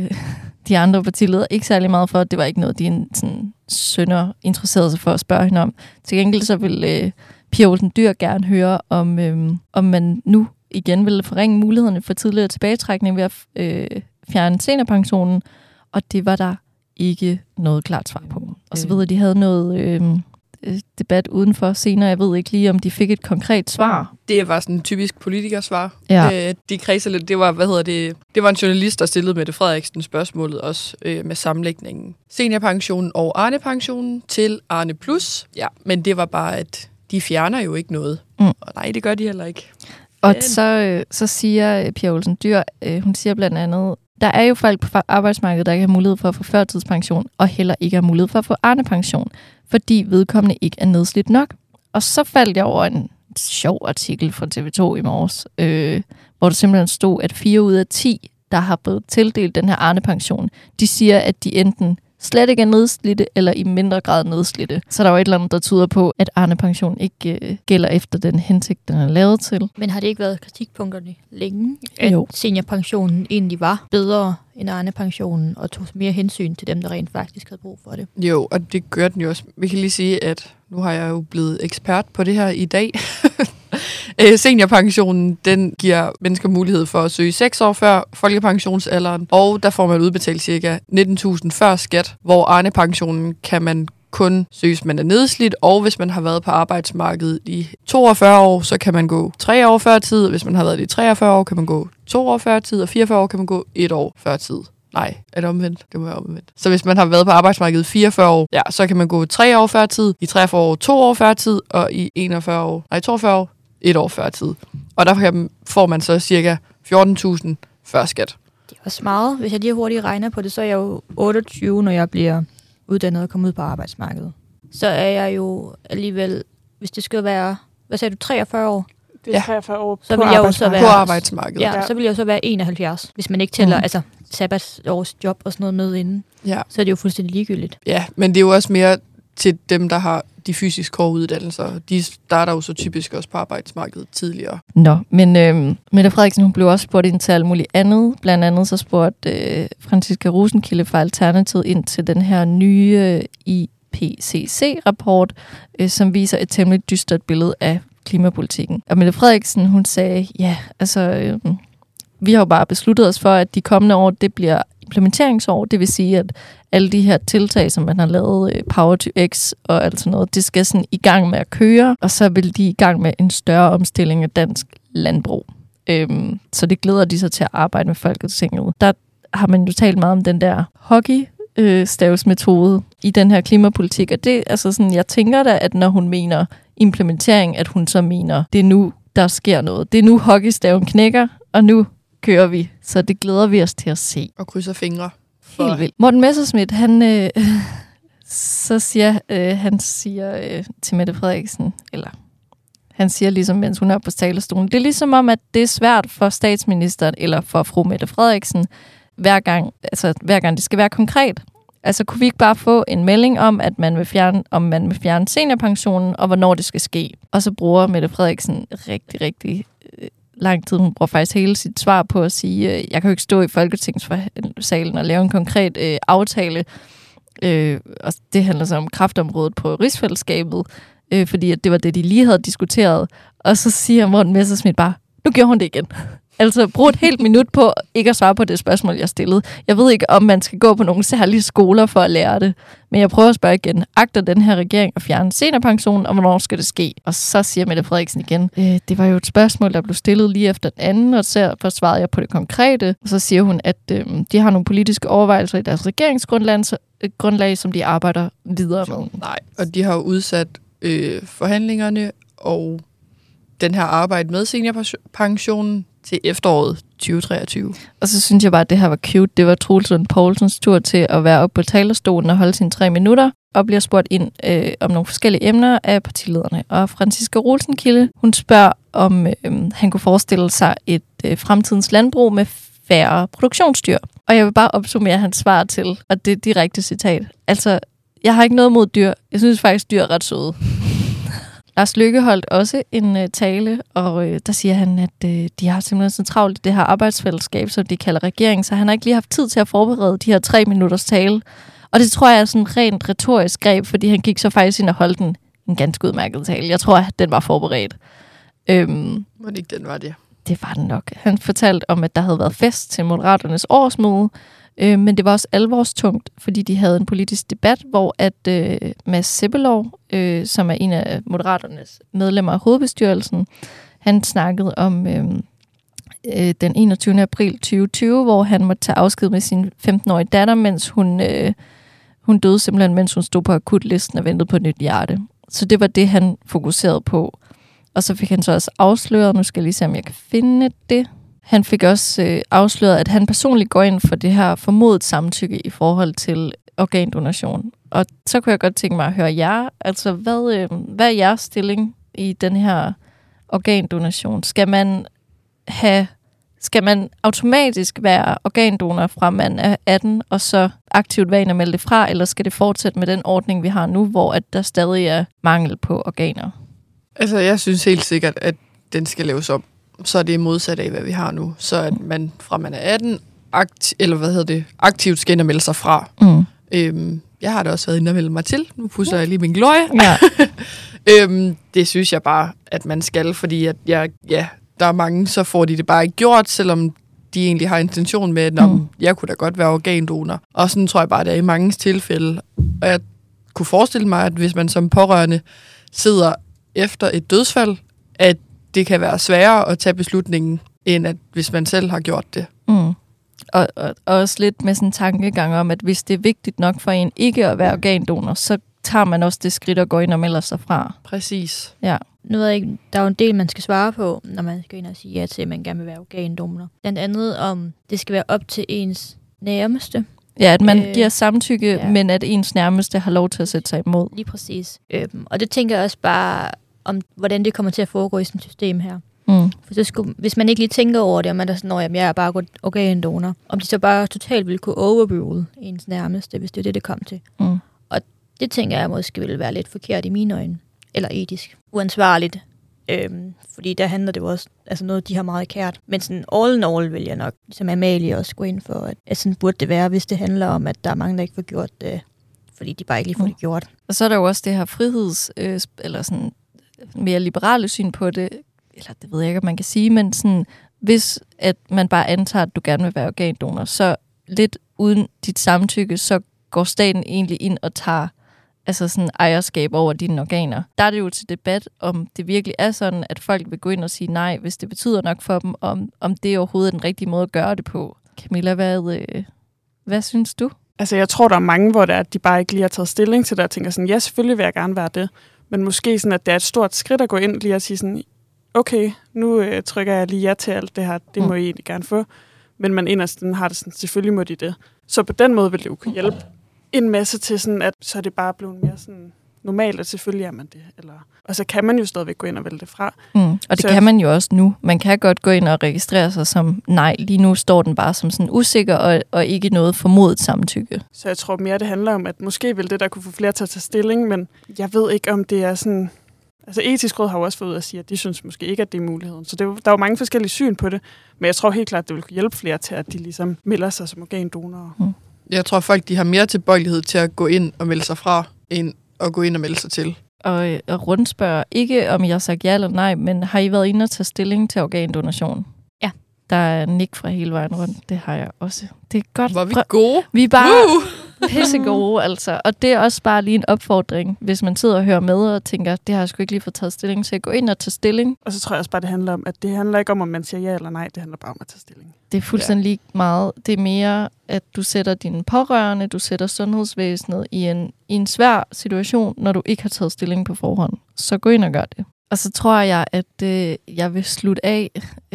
de andre partiledere ikke særlig meget for. Det var ikke noget, de sådan sønder interesserede sig for at spørge hende om. Til gengæld så ville Pia Olsen Dyhr gerne høre, om man nu igen ville forringe mulighederne for tidligere tilbagetrækning ved at fjerne seniorpensionen. Og det var der ikke noget klart svar på. Og så ved jeg, de havde noget... debat udenfor senere. Jeg ved ikke lige, om de fik et konkret svar. Det var sådan en typisk politikersvar. Ja. De kredser lidt. Det var, det var en journalist, der stillede Mette Frederiksen spørgsmålet også med sammenlægningen. Seniorpensionen og Arne-pensionen til Arne Plus. Ja, men det var bare, at de fjerner jo ikke noget. Og nej, det gør de heller ikke. Og så siger Pia Olsen Dyhr, hun siger blandt andet, der er jo folk på arbejdsmarkedet, der ikke har mulighed for at få førtidspension, og heller ikke har mulighed for at få Arne-pension, fordi vedkommende ikke er nedslidt nok. Og så faldt jeg over en sjov artikel fra TV2 i morges, hvor der simpelthen stod, at 4 ud af 10, der har blevet tildelt den her Arne-pension, de siger, at de enten slet ikke er nedslidte, eller i mindre grad nedslidte. Så der er jo et eller andet, der tyder på, at Arne-pension ikke gælder efter den hensigt, den er lavet til. Men har det ikke været kritikpunkterne længe, at seniorpensionen egentlig var bedre end Arne-pensionen, og tog mere hensyn til dem, der rent faktisk havde brug for det? Jo, og det gør den jo også. Vi kan lige sige, at nu har jeg jo blevet ekspert på det her i dag. Seniorpensionen, den giver mennesker mulighed for at søge 6 år før folkepensionsalderen, og der får man udbetalt ca. 19.000 før skat, hvor Arne-pensionen kan man kun søge, hvis man er nedslidt, og hvis man har været på arbejdsmarkedet i 42 år, så kan man gå 3 år før tid. Hvis man har været i 43 år, kan man gå 2 år før tid, og 44 år kan man gå 1 år før tid. Nej, er det omvendt? Det må være omvendt. Så hvis man har været på arbejdsmarkedet i 44 år, ja, så kan man gå 3 år før tid, i 43 år 2 år før tid, og i 42 år, 1 år før tid. Og der får man så cirka 14.000 før skat. Det er også meget. Hvis jeg lige hurtigt regner på det, så er jeg jo 28, når jeg bliver uddannet og kommer ud på arbejdsmarkedet. Så er jeg jo alligevel, hvis det skal være, hvad sagde du, 43 år? Det er 43 år så på vil jeg jo så være, på arbejdsmarkedet. Ja, så vil jeg jo så være 71, hvis man ikke tæller altså sabbatsårs job og sådan noget med inden. Ja. Så er det jo fuldstændig ligegyldigt. Ja, men det er jo også mere til dem, der har de fysisk hårde uddannelser. De starter jo så typisk også på arbejdsmarkedet tidligere. Nå, men Mette Frederiksen, hun blev også spurgt ind til alt muligt andet. Blandt andet så spurgte Franciska Rosenkilde fra Alternativet ind til den her nye IPCC-rapport, som viser et temmelig dystert billede af klimapolitikken. Og Mette Frederiksen, hun sagde, vi har jo bare besluttet os for, at de kommende år, det bliver implementeringsår. Det vil sige, at alle de her tiltag, som man har lavet, Power to X og alt sådan noget, det skal sådan i gang med at køre, og så vil de i gang med en større omstilling af dansk landbrug. Så det glæder de sig til at arbejde med Folketinget. Der har man jo talt meget om den der hockeystavsmetode i den her klimapolitik, og det altså sådan, jeg tænker da, at når hun mener implementering, at hun så mener, det er nu, der sker noget. Det er nu hockeystaven knækker, og nu kører vi. Så det glæder vi os til at se. Og krydser fingre. Helt vildt. Morten Messerschmidt, han siger til Mette Frederiksen, eller han siger ligesom, mens hun er på talerstolen, det er ligesom om, at det er svært for statsministeren, eller for fru Mette Frederiksen, hver gang det skal være konkret. Altså, kunne vi ikke bare få en melding om, at man vil fjerne seniorpensionen, og hvornår det skal ske? Og så bruger Mette Frederiksen rigtig lang tid. Hun bruger faktisk hele sit svar på at sige, jeg kan jo ikke stå i Folketingssalen og lave en konkret aftale. Og det handler så om kræftområdet på rigsfællesskabet, fordi at det var det, de lige havde diskuteret. Og så siger Morten Messerschmidt bare, nu gjorde hun det igen. Altså, brug et helt minut på ikke at svare på det spørgsmål, jeg stillede. Jeg ved ikke, om man skal gå på nogle særlige skoler for at lære det. Men jeg prøver at spørge igen. Agter den her regering at fjerne seniorpensionen, og hvornår skal det ske? Og så siger Mette Frederiksen igen, det var jo et spørgsmål, der blev stillet lige efter den anden, og så forsvarede jeg på det konkrete. Og så siger hun, at de har nogle politiske overvejelser i deres regeringsgrundlag, som de arbejder videre med. Nej, og de har jo udsat forhandlingerne og den her arbejde med seniorpensionen til efteråret 2023. Og så synes jeg bare, at det her var cute. Det var Troels Lund Poulsens tur til at være oppe på talerstolen og holde sine 3 minutter, og bliver spurgt ind om nogle forskellige emner af partilederne. Og Franciska Rosenkilde, hun spørger, om han kunne forestille sig et fremtidens landbrug med færre produktionsdyr. Og jeg vil bare opsummere hans svar til, og det er direkte citat. Altså, jeg har ikke noget mod dyr. Jeg synes faktisk, dyr er ret søde. Lars Løkke holdt også en tale, og der siger han, at de har simpelthen så travlt i det her arbejdsfællesskab, som de kalder regering, så han har ikke lige haft tid til at forberede de her 3 minutters tale. Og det tror jeg er sådan rent retorisk greb, fordi han gik så faktisk ind og holdt en ganske udmærket tale. Jeg tror, at den var forberedt. Må det ikke den var det? Det var den nok. Han fortalte om, at der havde været fest til Moderaternes årsmøde, men det var også alvorstungt, fordi de havde en politisk debat, hvor at Mads Sebbelov, som er en af Moderaternes medlemmer af hovedbestyrelsen, han snakkede om den 21. april 2020, hvor han måtte tage afsked med sin 15-årige datter, mens hun døde simpelthen, mens hun stod på akutlisten og ventede på et nyt hjerte. Så det var det, han fokuserede på. Og så fik han så også afsløret, nu skal jeg lige se, om jeg kan finde det. Han fik også afsløret, at han personligt går ind for det her formodet samtykke i forhold til organdonation. Og så kunne jeg godt tænke mig at høre jer. Altså, hvad er jeres stilling i den her organdonation? Skal man automatisk være organdonor fra man er 18, og så aktivt være melde det fra, eller skal det fortsætte med den ordning, vi har nu, hvor at der stadig er mangel på organer? Altså, jeg synes helt sikkert, at den skal laves om. Så er det modsat af, hvad vi har nu. Så at man fra man er 18, aktivt skal ind og melde sig fra. Jeg har da også været inde og melde mig til. Nu pusser jeg lige min glorie. Ja. Det synes jeg bare, at man skal, fordi at der er mange, så får de det bare ikke gjort, selvom de egentlig har intention med, at jeg kunne da godt være organdonor. Og sådan tror jeg bare, det er i mange tilfælde. Og jeg kunne forestille mig, at hvis man som pårørende sidder efter et dødsfald, at det kan være sværere at tage beslutningen, end at hvis man selv har gjort det. Og også lidt med sådan en tankegang om, at hvis det er vigtigt nok for en ikke at være organdonor, så tager man også det skridt og går ind og melder sig fra. Præcis. Ja. nu ved jeg ikke, der er jo en del, man skal svare på, når man skal ind og sige ja til, at man gerne vil være organdonor. Blandt andet om det skal være op til ens nærmeste. Ja, at man giver samtykke, men at ens nærmeste har lov til at sætte sig imod. Lige præcis. Og det tænker jeg også bare om, hvordan det kommer til at foregå i sådan et system her. For så hvis man ikke lige tænker over det, og man er sådan, at jeg er bare organdonor, om de så bare totalt ville kunne overrule ens nærmeste, hvis det er det kom til. Og det tænker jeg måske ville være lidt forkert i mine øjne. Eller etisk. Uansvarligt. Fordi der handler det jo også noget, de har meget kært. Men sådan all in all vil jeg nok, som Amalie også gå ind for, at sådan burde det være, hvis det handler om, at der er mange, der ikke får gjort det, fordi de bare ikke lige får det gjort. Og så er der jo også det her eller sådan mere liberale syn på det, eller det ved jeg ikke, om man kan sige, men sådan, hvis at man bare antager, at du gerne vil være organdonor, så lidt uden dit samtykke, så går staten egentlig ind og tager sådan ejerskab over dine organer. Der er det jo til debat, om det virkelig er sådan, at folk vil gå ind og sige nej, hvis det betyder nok for dem, om det overhovedet er den rigtige måde at gøre det på. Camilla, hvad synes du? Altså, jeg tror, der er mange, hvor det er, at de bare ikke lige har taget stilling til det, og tænker sådan, ja, selvfølgelig vil jeg gerne være det. Men måske sådan, at det er et stort skridt at gå ind lige og sige sådan, okay, nu trykker jeg lige ja til alt det her, det må I egentlig gerne få. Men man inderst har det sådan, selvfølgelig må de det. Så på den måde vil det jo kunne hjælpe en masse til sådan, at så er det bare blevet mere sådan normalt, at selvfølgelig er man det. Og så kan man jo stadigvæk gå ind og vælge det fra. Og det kan man jo også nu. Man kan godt gå ind og registrere sig som nej. Lige nu står den bare som sådan usikker og ikke noget formodet samtykke. Så jeg tror mere, det handler om, at måske vil det, der kunne få flere til at tage stilling, men jeg ved ikke, om det er sådan... Altså Etisk Råd har jo også fået ud at sige, at de synes måske ikke, at det er muligheden. Så der er jo mange forskellige syn på det, men jeg tror helt klart, at det vil kunne hjælpe flere til, at de ligesom melder sig som organdonorer. Jeg tror, folk de har mere tilbøjelighed til at gå ind og melde sig fra, end at gå ind og melde sig til. Og rundspørger ikke, om jeg har sagt ja eller nej, men har I været inde og tage stilling til organdonation? Ja. Der er nik fra hele vejen rundt. Det har jeg også. Det er godt. Var vi gode? Vi er bare pissegode, altså. Og det er også bare lige en opfordring, hvis man sidder og hører med og tænker, det har jeg sgu ikke lige fået taget stilling til. Gå ind og tage stilling. Og så tror jeg også bare, det handler om, at det handler ikke om man siger ja eller nej. Det handler bare om at tage stilling. Det er fuldstændig lige meget. Det er mere, at du sætter dine pårørende, du sætter sundhedsvæsenet i en svær situation, når du ikke har taget stilling på forhånd. Så gå ind og gør det. Og så tror jeg, at jeg vil slutte af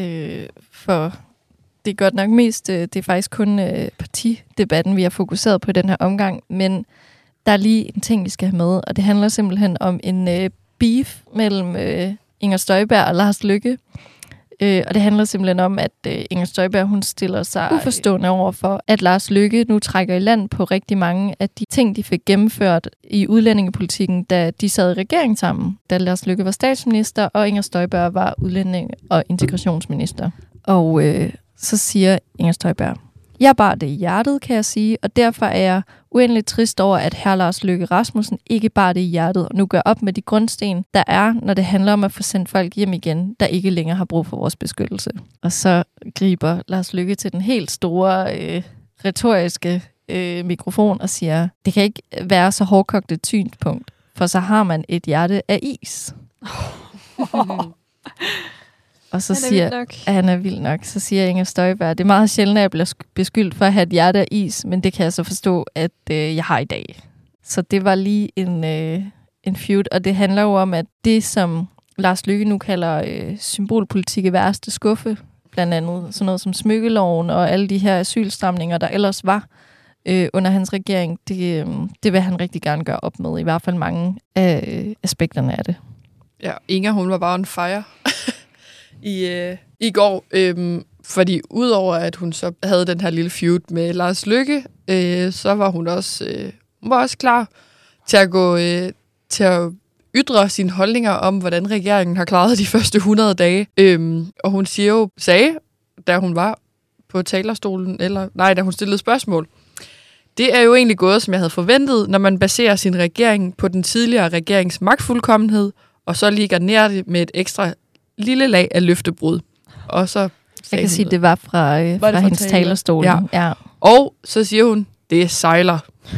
for... Det er godt nok mest, det er faktisk kun partidebatten, vi har fokuseret på i den her omgang, men der er lige en ting, vi skal have med, og det handler simpelthen om en beef mellem Inger Støjberg og Lars Løkke. Og det handler simpelthen om, at Inger Støjberg, hun stiller sig uforstående over for, at Lars Løkke nu trækker i land på rigtig mange af de ting, de fik gennemført i udlændingepolitikken, da de sad i regering sammen. Da Lars Løkke var statsminister, og Inger Støjberg var udlænding- og integrationsminister. Og så siger Inger Støjberg, jeg bar det i hjertet, kan jeg sige, og derfor er jeg uendeligt trist over, at hr. Lars Løkke Rasmussen ikke bar det i hjertet, og nu gør op med de grundsten, der er, når det handler om at få sendt folk hjem igen, der ikke længere har brug for vores beskyttelse. Og så griber Lars Løkke til den helt store retoriske mikrofon og siger, det kan ikke være så hårdkogt et synspunkt, for så har man et hjerte af is. Og så han er vild nok. Så siger Inger Støjberg, det er meget sjældent, at jeg bliver beskyldt for at have et hjerte af is, men det kan jeg så forstå, at jeg har i dag. Så det var lige en feud, og det handler jo om, at det, som Lars Løkke nu kalder symbolpolitik i værste skuffe, blandt andet sådan noget som smykkeloven og alle de her asylstramninger, der ellers var under hans regering, det vil han rigtig gerne gøre op med, i hvert fald mange af aspekterne af det. Ja, Inger, hun var bare en fire. I går, fordi udover at hun så havde den her lille feud med Lars Løkke, så var hun også klar til at gå til at ytre sine holdninger om, hvordan regeringen har klaret de første 100 dage. Og hun sagde, da hun var på talerstolen, da hun stillede spørgsmål, det er jo egentlig gået, som jeg havde forventet, når man baserer sin regering på den tidligere regerings magtfuldkommenhed, og så lige garnerer det med et ekstra lille lag af løftebrud. Og så jeg kan sige, det var fra hendes talerstol. Ja. Og så siger hun, det er sejler.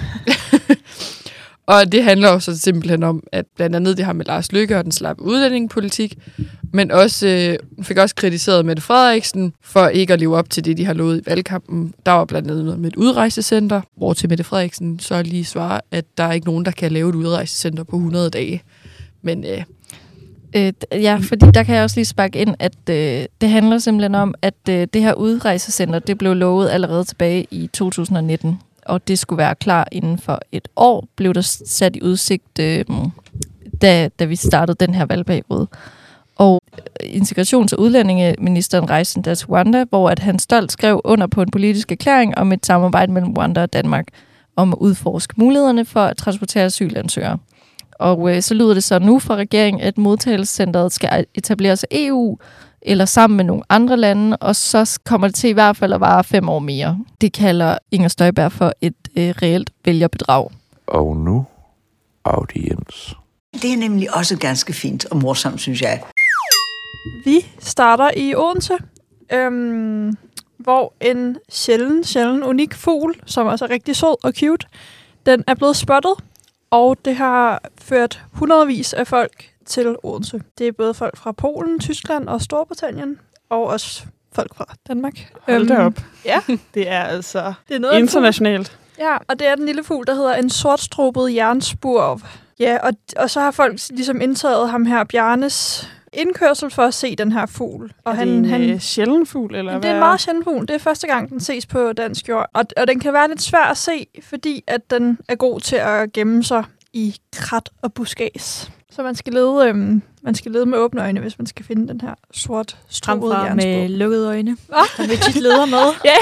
Og det handler jo så simpelthen om, at blandt andet det her med Lars Løkke og den slappe udlændingepolitik, men også fik også kritiseret Mette Frederiksen for ikke at leve op til det, de har lovet i valgkampen. Der var blandt andet noget med et udrejsecenter, hvor til Mette Frederiksen så lige svarer, at der er ikke nogen, der kan lave et udrejsecenter på 100 dage. Men Ja, fordi der kan jeg også lige sparke ind, at det handler simpelthen om, at det her udrejsecenter, det blev lovet allerede tilbage i 2019, og det skulle være klar inden for et år, blev der sat i udsigt, da vi startede den her valgperiode. Og integrations- og udlændingeministeren rejste endda til Rwanda, hvor at han stolt skrev under på en politisk erklæring om et samarbejde mellem Rwanda og Danmark om at udforske mulighederne for at transportere asylansøgere. Og så lyder det så nu fra regeringen, at modtagelsescenteret skal etableres af EU eller sammen med nogle andre lande, og så kommer det til i hvert fald at vare 5 år mere. Det kalder Inger Støjberg for et reelt vælgerbedrag. Og nu audiens. Det er nemlig også ganske fint og morsomt, synes jeg. Vi starter i Odense, hvor en sjælden unik fugl, som også er rigtig sød og cute, den er blevet spottet, og det har ført hundredvis af folk til Odense. Det er både folk fra Polen, Tyskland og Storbritannien, og også folk fra Danmark. Hold da op. Ja. Det er altså det er noget internationalt. Ja, og det er den lille fugl, der hedder en sortstrubet jernspurv. Ja, og så har folk ligesom indtaget ham her, Bjarnes indkørsel for at se den her fugl. Og er det en sjælden fugl, eller hvad? Det er en meget sjælden fugl. Det er første gang, den ses på dansk jord. Og den kan være lidt svær at se, fordi at den er god til at gemme sig i krat og buskads. Så man skal lede med åbne øjne, hvis man skal finde den her sort strubede jernspurv. Med lukkede øjne. Der vil tit leder med. Ja.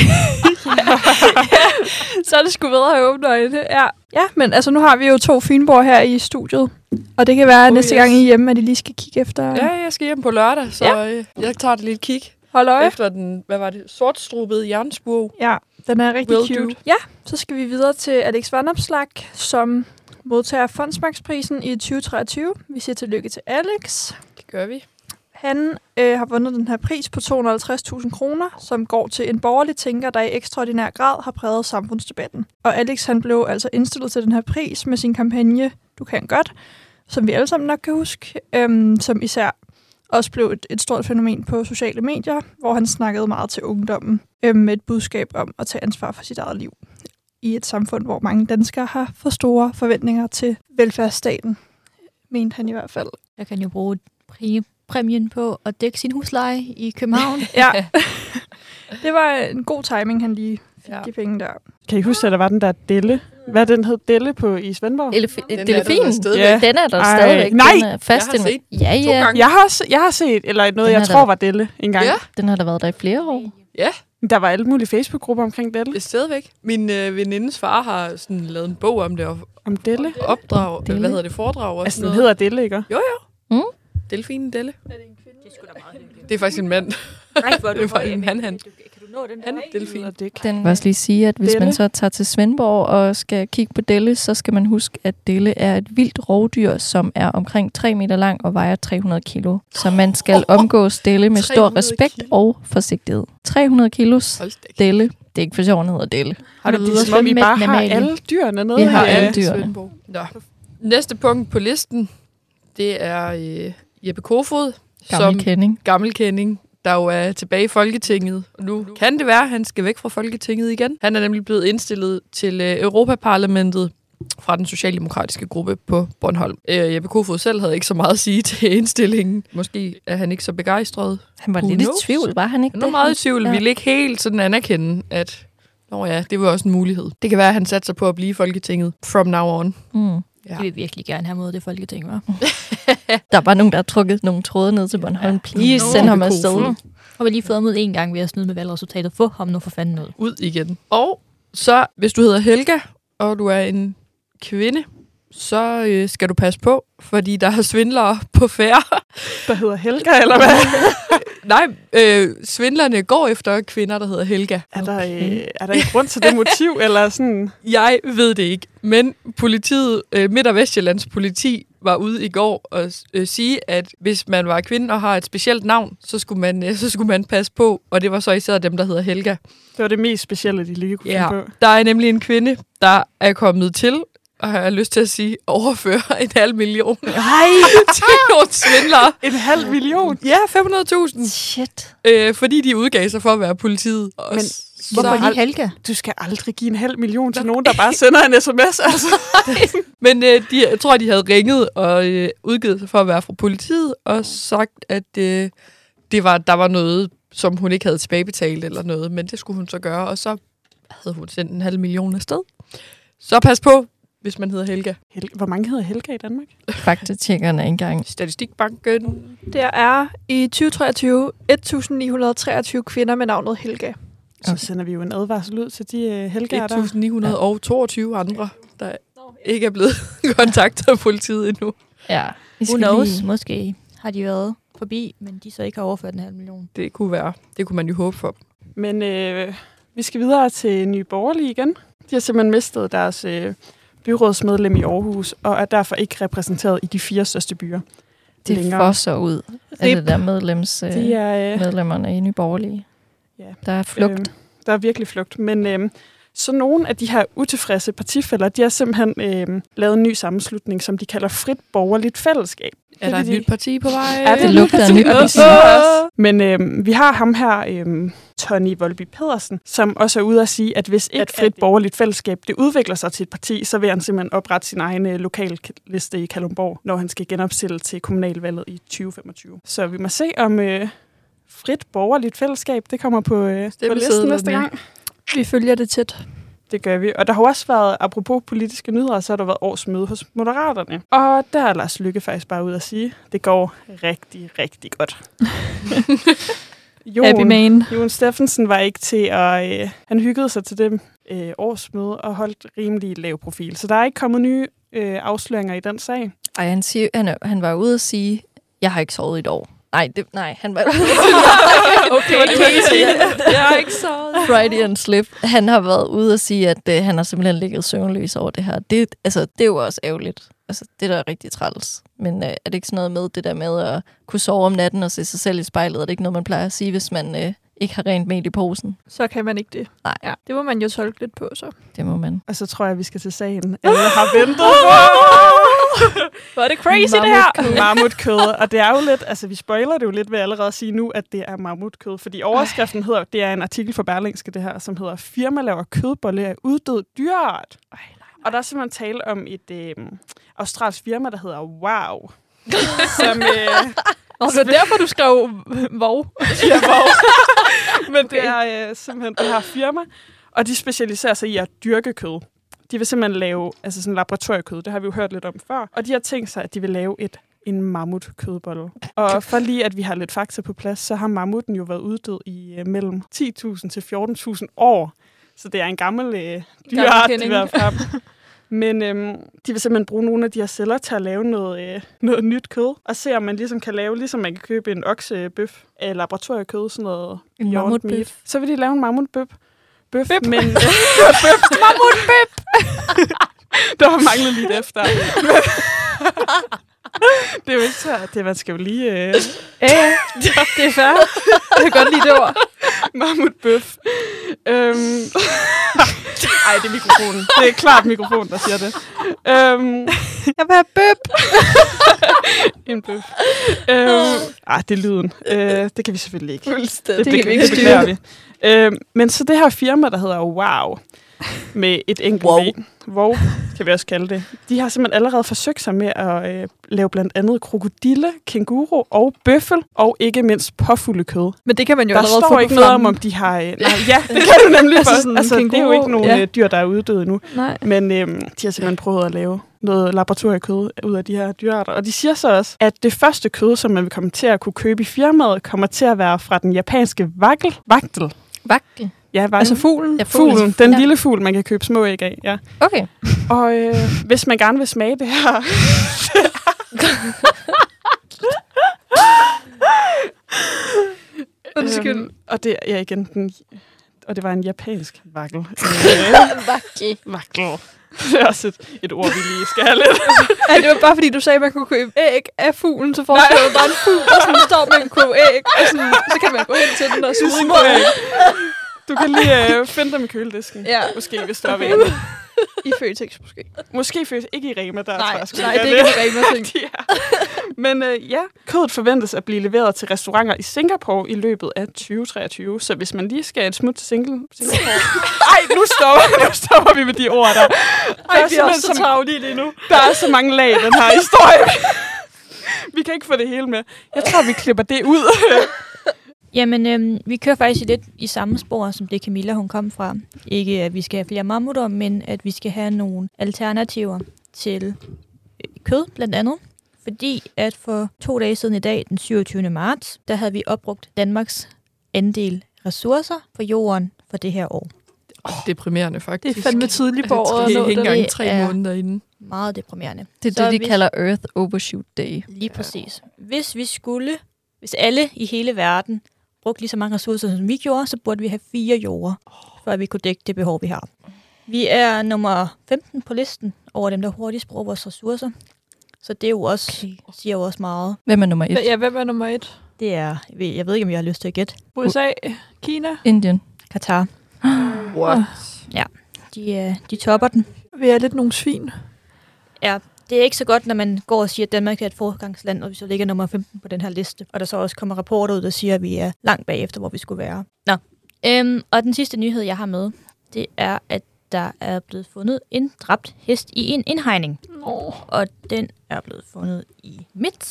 Så er det sgu bedre at have åbne øjne. Ja, men altså nu har vi jo 2 fynboer her i studiet. Og det kan være, at næste gang I er hjemme, at I lige skal kigge efter... Ja, jeg skal hjem på lørdag, så jeg tager det lige et kig. Hold øje. Efter den, sortstrubede jernspurv. Ja, den er rigtig cute. Ja, så skal vi videre til Alex Vanopslagh, som modtager Fondsmarksprisen i 2023. Vi siger tillykke til Alex. Det gør vi. Han har vundet den her pris på 250.000 kroner, som går til en borgerlig tænker, der i ekstraordinær grad har præget samfundsdebatten. Og Alex han blev altså indstillet til den her pris med sin kampagne Du kan godt, som vi alle sammen nok kan huske, som især også blev et stort fænomen på sociale medier, hvor han snakkede meget til ungdommen med et budskab om at tage ansvar for sit eget liv i et samfund, hvor mange danskere har for store forventninger til velfærdsstaten, mente han i hvert fald. Jeg kan jo bruge præmien på at dække sin husleje i København. Ja, det var en god timing, han lige fik de penge der. Kan I huske, at der var den der Delle? Hvad den hed? Delle i Svendborg? Delfin? Ja. Den er der stadigvæk. Nej! Den er fast. Jeg har set ja. Jeg har set, eller noget, jeg tror var Delle engang. Ja. Den har der været der i flere år. Ja. Der var alle mulige Facebook-grupper omkring Delle. Det er stadigvæk. Min venindes far har sådan lavet en bog om det. Om Delle? Opdrag. Hvad hedder det? Foredrag og altså, den hedder Delle, ikke? Jo. Delfinen Delle. Er det en kvinde? Det er sgu da meget hyggeligt. Det er faktisk en mand. Nej, hvor det er faktisk en han. Kan du nå den her? Delfin. Den vil også lige sige, at hvis man så tager til Svendborg og skal kigge på Delle, så skal man huske, at Delle er et vildt rovdyr, som er omkring 3 meter lang og vejer 300 kilo. Så man skal omgås Delle med stor respekt og forsigtighed. 300 kilos Delle. Det er ikke for sjovt, den hedder Delle. Har du det, som vi bare har alle dyrene nede? Vi har alle dyrene. Næste punkt på listen, det er Jeppe Kofod. Gammel kending, der jo er tilbage i Folketinget. Og nu kan det være, at han skal væk fra Folketinget igen. Han er nemlig blevet indstillet til Europaparlamentet fra den socialdemokratiske gruppe på Bornholm. Jeppe Kofod selv havde ikke så meget at sige til indstillingen. Måske er han ikke så begejstret. Han var lidt i tvivl, var han ikke det? Han var meget i tvivl. Vi ville ikke helt sådan anerkende, at det var også en mulighed. Det kan være, at han satte sig på at blive i Folketinget from now on. Ja. Det vil virkelig gerne have mod det Folketing, var. Der var nogen, der har trukket nogle tråde ned til Bornholm. Please, send ham afsted. Har vi lige fået mod en gang ved at snyde med valgresultatet. Få ham nu for fanden ud. Ud igen. Og så, hvis du hedder Helga, og du er en kvinde, så skal du passe på, fordi der er svindlere på færre. Der hedder Helga, eller hvad? Nej, svindlerne går efter kvinder, der hedder Helga. Er der en grund til det motiv, eller sådan? Jeg ved det ikke, men politiet, Midt- og Vestjyllands politi, var ude i går og sige, at hvis man var kvinde og har et specielt navn, så skulle man passe på, og det var så især dem, der hedder Helga. Det var det mest specielle, de lige kunne finde på. Der er nemlig en kvinde, der er kommet til har jeg lyst til at sige, overføre 500.000 Nej! til nogle svindlere. 500.000? Ja, 500.000. Shit. Fordi de udgav sig for at være politiet. Og Men hvorfor lige Helga? Du skal aldrig give 500.000 til nogen, der bare sender en sms. Altså. Men jeg tror, de havde ringet og udgivet sig for at være fra politiet, og sagt, at der var noget, som hun ikke havde tilbagebetalt eller noget, men det skulle hun så gøre, og så havde hun sendt 500.000 afsted. Så pas på, hvis man hedder Helga. Hvor mange hedder Helga i Danmark? Faktatjekkerne engang. Statistikbanken. Der er i 2023 1.923 kvinder med navnet Helga. Så sender vi jo en advarsel ud til de Helgaer der. 1.922 andre, der ikke er blevet kontaktet af politiet endnu. Ja. Who knows? Måske har de været forbi, men de så ikke har overført 500.000. Det kunne være. Det kunne man jo håbe for. Men vi skal videre til Nye Borgerlige igen. De har simpelthen mistet deres byrådsmedlem i Aarhus, og er derfor ikke repræsenteret i de 4 største byer. Det fosser ud af det der medlemmerne i Nye Borgerlige. Ja. Der er flugt. Der er virkelig flugt. Men så nogle af de her utilfredse partifæller, de har simpelthen lavet en ny sammenslutning, som de kalder Frit Borgerligt Fællesskab. Er der et nyt parti på vej? Ja, det lugter af nyt parti. Men vi har ham her, Tony Volby Pedersen, som også er ude at sige, at hvis ikke Frit Borgerligt Fællesskab det udvikler sig til et parti, så vil han simpelthen oprette sin egen lokalliste i Kalundborg, når han skal genopstille til kommunalvalget i 2025. Så vi må se, om Frit Borgerligt Fællesskab det kommer på listen næste gang. Vi følger det tæt. Det gør vi. Og der har også været, apropos politiske nyheder, så har der været årsmøde hos Moderaterne. Og der er Lars Løkke faktisk bare ud at sige, det går rigtig, rigtig godt. Jon Steffensen var ikke til at... han hyggede sig til det årsmøde og holdt rimelig lav profil. Så der er ikke kommet nye afsløringer i den sag. Ej, han var ude at sige, jeg har ikke sovet i et år. Nej, han var... Okay, det kan ikke sige. Jeg har ikke sovet. Freudian slip. Han har været ude at sige, at han har simpelthen ligget søvnløs over det her. Det er jo også ærgerligt. Altså, det der er rigtig træls. Men er det ikke sådan noget med det der med at kunne sove om natten og se sig selv i spejlet? Er det ikke noget, man plejer at sige, hvis man ikke har rent mel i posen? Så kan man ikke det. Nej. Ja, det må man jo tolke lidt på, så. Det må man. Og så tror jeg, vi skal til sagen. Alle har ventet på. Hvor er det crazy, det her? Mammutkød. Og det er jo lidt, altså vi spoiler det jo lidt ved allerede at sige nu, at det er mammutkød. Fordi overskriften hedder, det er en artikel fra Berlingske, det her, som hedder Firma laver kødbolle af uddød dyreart. Og der er simpelthen tale om et australsk firma, der hedder Wow. Som... det er derfor, du skrev Wow. Ja, Wow. Men det er simpelthen det her firma, og de specialiserer sig i at dyrke kød. De vil simpelthen lave sådan laboratoriekød, det har vi jo hørt lidt om før. Og de har tænkt sig, at de vil lave en mammutkødbolle. Og for lige at vi har lidt fakta på plads, så har mammuten jo været uddød i mellem 10.000 til 14.000 år. Så det er en gammel dyreart, de vil have frem. Men de vil simpelthen bruge nogle af de her celler til at lave noget nyt kød. Og se, om man ligesom kan lave, ligesom man kan købe en oksebøf af laboratoriekød, sådan noget en mammutbøf. Så vil de lave en mammutbøf. Men mammutbøf! Der var manglet lidt efter. Det er jo ikke så, det man skal jo lige... det er fair. Jeg kan godt lide det ord. Mammutbøf. Ej, det er mikrofonen. Det er klart mikrofonen, der siger det. Jeg vil have bøb. En bøf. Det er lyden. Det kan vi selvfølgelig ikke. Det kan vi ikke styre. Men så det her firma, der hedder Wow, med et enkelt Wow, kan vi også kalde det. De har simpelthen allerede forsøgt sig med at lave blandt andet krokodille, kænguru og bøffel, og ikke mindst påfuglekød. Men det kan man jo der allerede få står ikke noget om de har... ja, det kan du nemlig. Det er jo ikke nogen dyr, der er uddøde endnu. Nej. Men de har simpelthen prøvet at lave noget laboratoriekød ud af de her dyrearter. Og de siger så også, at det første kød, som man vil komme til at kunne købe i firmaet, kommer til at være fra den japanske vagtel. Ja, altså fuglen? Ja, fuglen. Den lille fugl, man kan købe små æg af. Ja. Okay. Og hvis man gerne vil smage det her... Og det er igen den... Og det var en japansk vagtel. Vagtel. Det er også et ord, vi lige skal have lidt. Ja, det var bare fordi, du sagde, at man kunne købe æg af fuglen, så forestiller jeg bare en fugl, og sådan står man kunne købe æg, og sådan, så kan man gå hen til den og suge små æg. Du kan lige finde dem i køledisken. Ja. Måske, hvis du er ved. I Føtex måske. Måske Føtex, ikke i Rema, der Nej, tror jeg sgu det er ikke i Rema ting. Men kødet forventes at blive leveret til restauranter i Singapore i løbet af 2023. Så hvis man lige skal et smut til Singapore... Ej, nu stopper vi med de ord der. Ej, vi er også så travlige lige nu. Der er så mange lag i den her historie. Vi kan ikke få det hele med. Jeg tror, vi klipper det ud. Jamen, vi kører faktisk lidt i samme spor, som det Camilla, hun kom fra. Ikke at vi skal have flere mammutter, men at vi skal have nogle alternativer til kød, blandt andet. Fordi at for 2 dage siden i dag, den 27. marts, der havde vi opbrugt Danmarks andel ressourcer på jorden for det her år. Deprimerende, faktisk. Det er fandme tidligt på året. Det er ikke engang 3 måneder inden. Meget deprimerende. Det er det, de kalder Earth Overshoot Day. Lige præcis. Hvis alle i hele verden brugte lige så mange ressourcer, som vi gjorde, så burde vi have 4 jorder, for at vi kunne dække det behov, vi har. Vi er nummer 15 på listen over dem, der hurtigst bruger vores ressourcer. Så det er jo også, siger jo også meget. Hvem er nummer 1? Ja, hvem er nummer 1? Det er, jeg ved ikke, om jeg har lyst til at gætte. USA, Kina, Indien, Katar. What? Ja, de topper den. Vi er lidt nogle svin. Ja, det er ikke så godt, når man går og siger, at Danmark er et foregangsland, og vi så ligger nummer 15 på den her liste. Og der så også kommer rapporter ud, der siger, at vi er langt bagefter, hvor vi skulle være. Nå. Og den sidste nyhed, jeg har med, det er, at der er blevet fundet en dræbt hest i en indhegning. Og den er blevet fundet i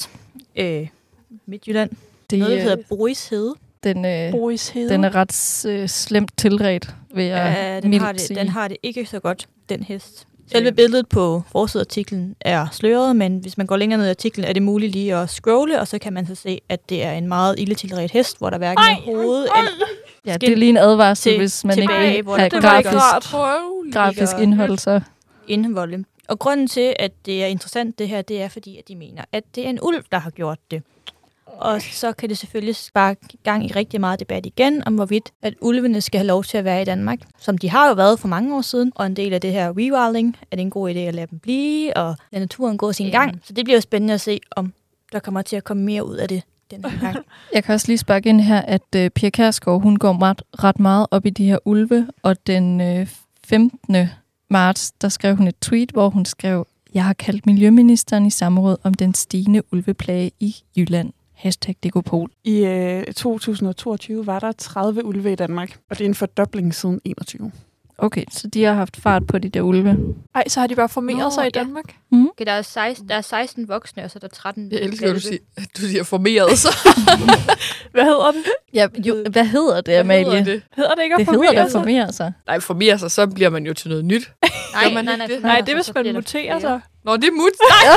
Midtjylland. Noget, der hedder Boris Hede. Den er ret slemt tilredt, vil jeg sige. Den har det ikke så godt, den hest. Selve billedet på forsideartiklen er sløret, men hvis man går længere ned i artiklen, er det muligt lige at scrolle, og så kan man så se, at det er en meget ildetilredt hest, hvor der hverken er hoved eller ja, det er lige en advarsel, hvis man ikke vil have grafisk indhold. Så. Indholdet. Og grunden til, at det er interessant det her, det er fordi, at de mener, at det er en ulv, der har gjort det. Og så kan det selvfølgelig sparke gang i rigtig meget debat igen, om hvorvidt, at ulvene skal have lov til at være i Danmark, som de har jo været for mange år siden. Og en del af det her rewilding, er det en god idé at lade dem blive, og lade naturen gå sin gang. Så det bliver jo spændende at se, om der kommer til at komme mere ud af det den her gang. Jeg kan også lige sparke ind her, at Pia Kjærsgaard, hun går ret meget op i de her ulve, og den 15. marts, der skrev hun et tweet, hvor hun skrev, jeg har kaldt miljøministeren i samråd om den stigende ulveplage i Jylland. #Dekopol. I 2022 var der 30 ulve i Danmark, og det er en fordobling siden 21. Okay, så de har haft fart på de der ulve. Ej, så har de bare formeret sig i Danmark? Mm. Okay, der er 16 voksne, og så er der 13... Jeg elsker, at du siger formeret sig. Hvad hedder det? Ja, hvad hedder det, Amalie? Hedder det ikke at formere sig? Nej, formere sig, så bliver man jo til noget nyt. Nej, det er, hvis man muterer sig. Nå, det er Nej!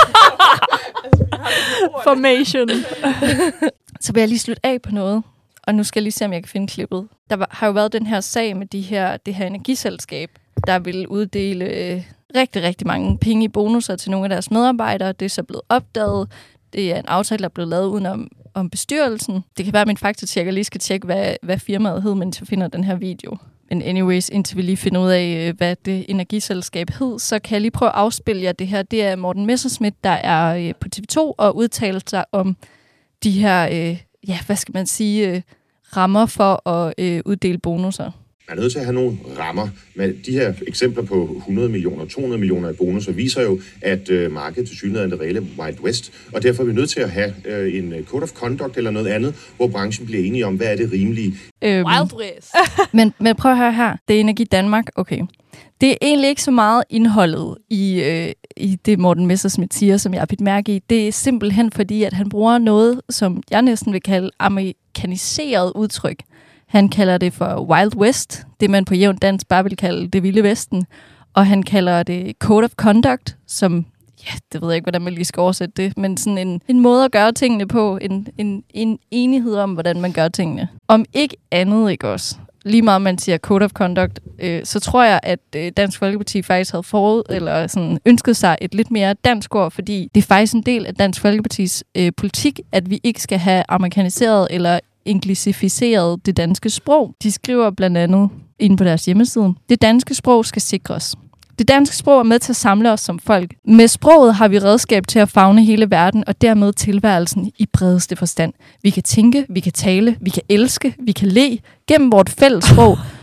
Formation. Så vil jeg lige slutte af på noget. Og nu skal jeg lige se, om jeg kan finde klippet. Der har jo været den her sag med det her energiselskab, der vil uddele rigtig, rigtig mange penge i bonusser til nogle af deres medarbejdere. Det er så blevet opdaget. Det er en aftale, der er blevet lavet uden om bestyrelsen. Det kan være, at min faktatjekker lige skal tjekke, hvad firmaet hed, mens jeg finder den her video. Men anyways, indtil vi lige finder ud af, hvad det energiselskab hed, så kan jeg lige prøve at afspille jer det her. Det er Morten Messerschmidt, der er på TV2 og udtaler sig om de her, hvad skal man sige, rammer for at uddele bonusser. Man er nødt til at have nogle rammer. Men de her eksempler på 100 millioner, 200 millioner i bonusser viser jo, at markedet til synligheden er det reelle Wild West. Og derfor er vi nødt til at have en code of conduct eller noget andet, hvor branchen bliver enige om, hvad er det rimelige. Wild West. men prøv at høre her. Det er Energi Danmark. Okay. Det er egentlig ikke så meget indholdet i det, Morten Messerschmidt siger, som jeg har bidt mærke i. Det er simpelthen fordi, at han bruger noget, som jeg næsten vil kalde amerikaniseret udtryk. Han kalder det for Wild West, det man på jævnt dansk bare vil kalde det vilde vesten. Og han kalder det Code of Conduct, som, det ved jeg ikke, hvordan man lige skal oversætte det, men sådan en måde at gøre tingene på, en enighed om, hvordan man gør tingene. Om ikke andet, ikke også? Lige meget man siger Code of Conduct, så tror jeg, at Dansk Folkeparti faktisk havde ønsket sig et lidt mere dansk ord, fordi det er faktisk en del af Dansk Folkepartis politik, at vi ikke skal have amerikaniseret eller anglicificeret det danske sprog. De skriver blandt andet inde på deres hjemmeside, det danske sprog skal sikres. Det danske sprog er med til at samle os som folk. Med sproget har vi redskab til at favne hele verden, og dermed tilværelsen i bredeste forstand. Vi kan tænke, vi kan tale, vi kan elske, vi kan le. Gennem vort fælles sprog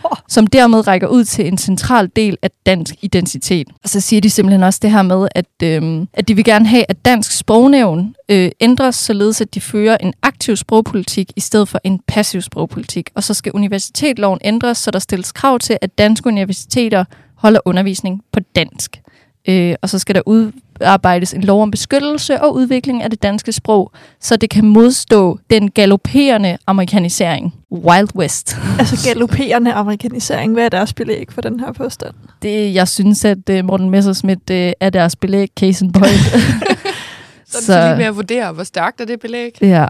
som dermed rækker ud til en central del af dansk identitet. Og så siger de simpelthen også det her med, at de vil gerne have, at dansk sprognævn ændres, således at de fører en aktiv sprogpolitik i stedet for en passiv sprogpolitik. Og så skal universitetsloven ændres, så der stilles krav til, at danske universiteter holder undervisning på dansk. Og så skal der udarbejdes en lov om beskyttelse og udvikling af det danske sprog, så det kan modstå den galopperende amerikanisering. Wild West. Altså galopperende amerikanisering. Hvad er deres belæg for den her påstand? Jeg synes, at Morten Messerschmidt er deres belæg, case in point. Så lige med at vurdere, hvor stærkt er det belæg. Ja.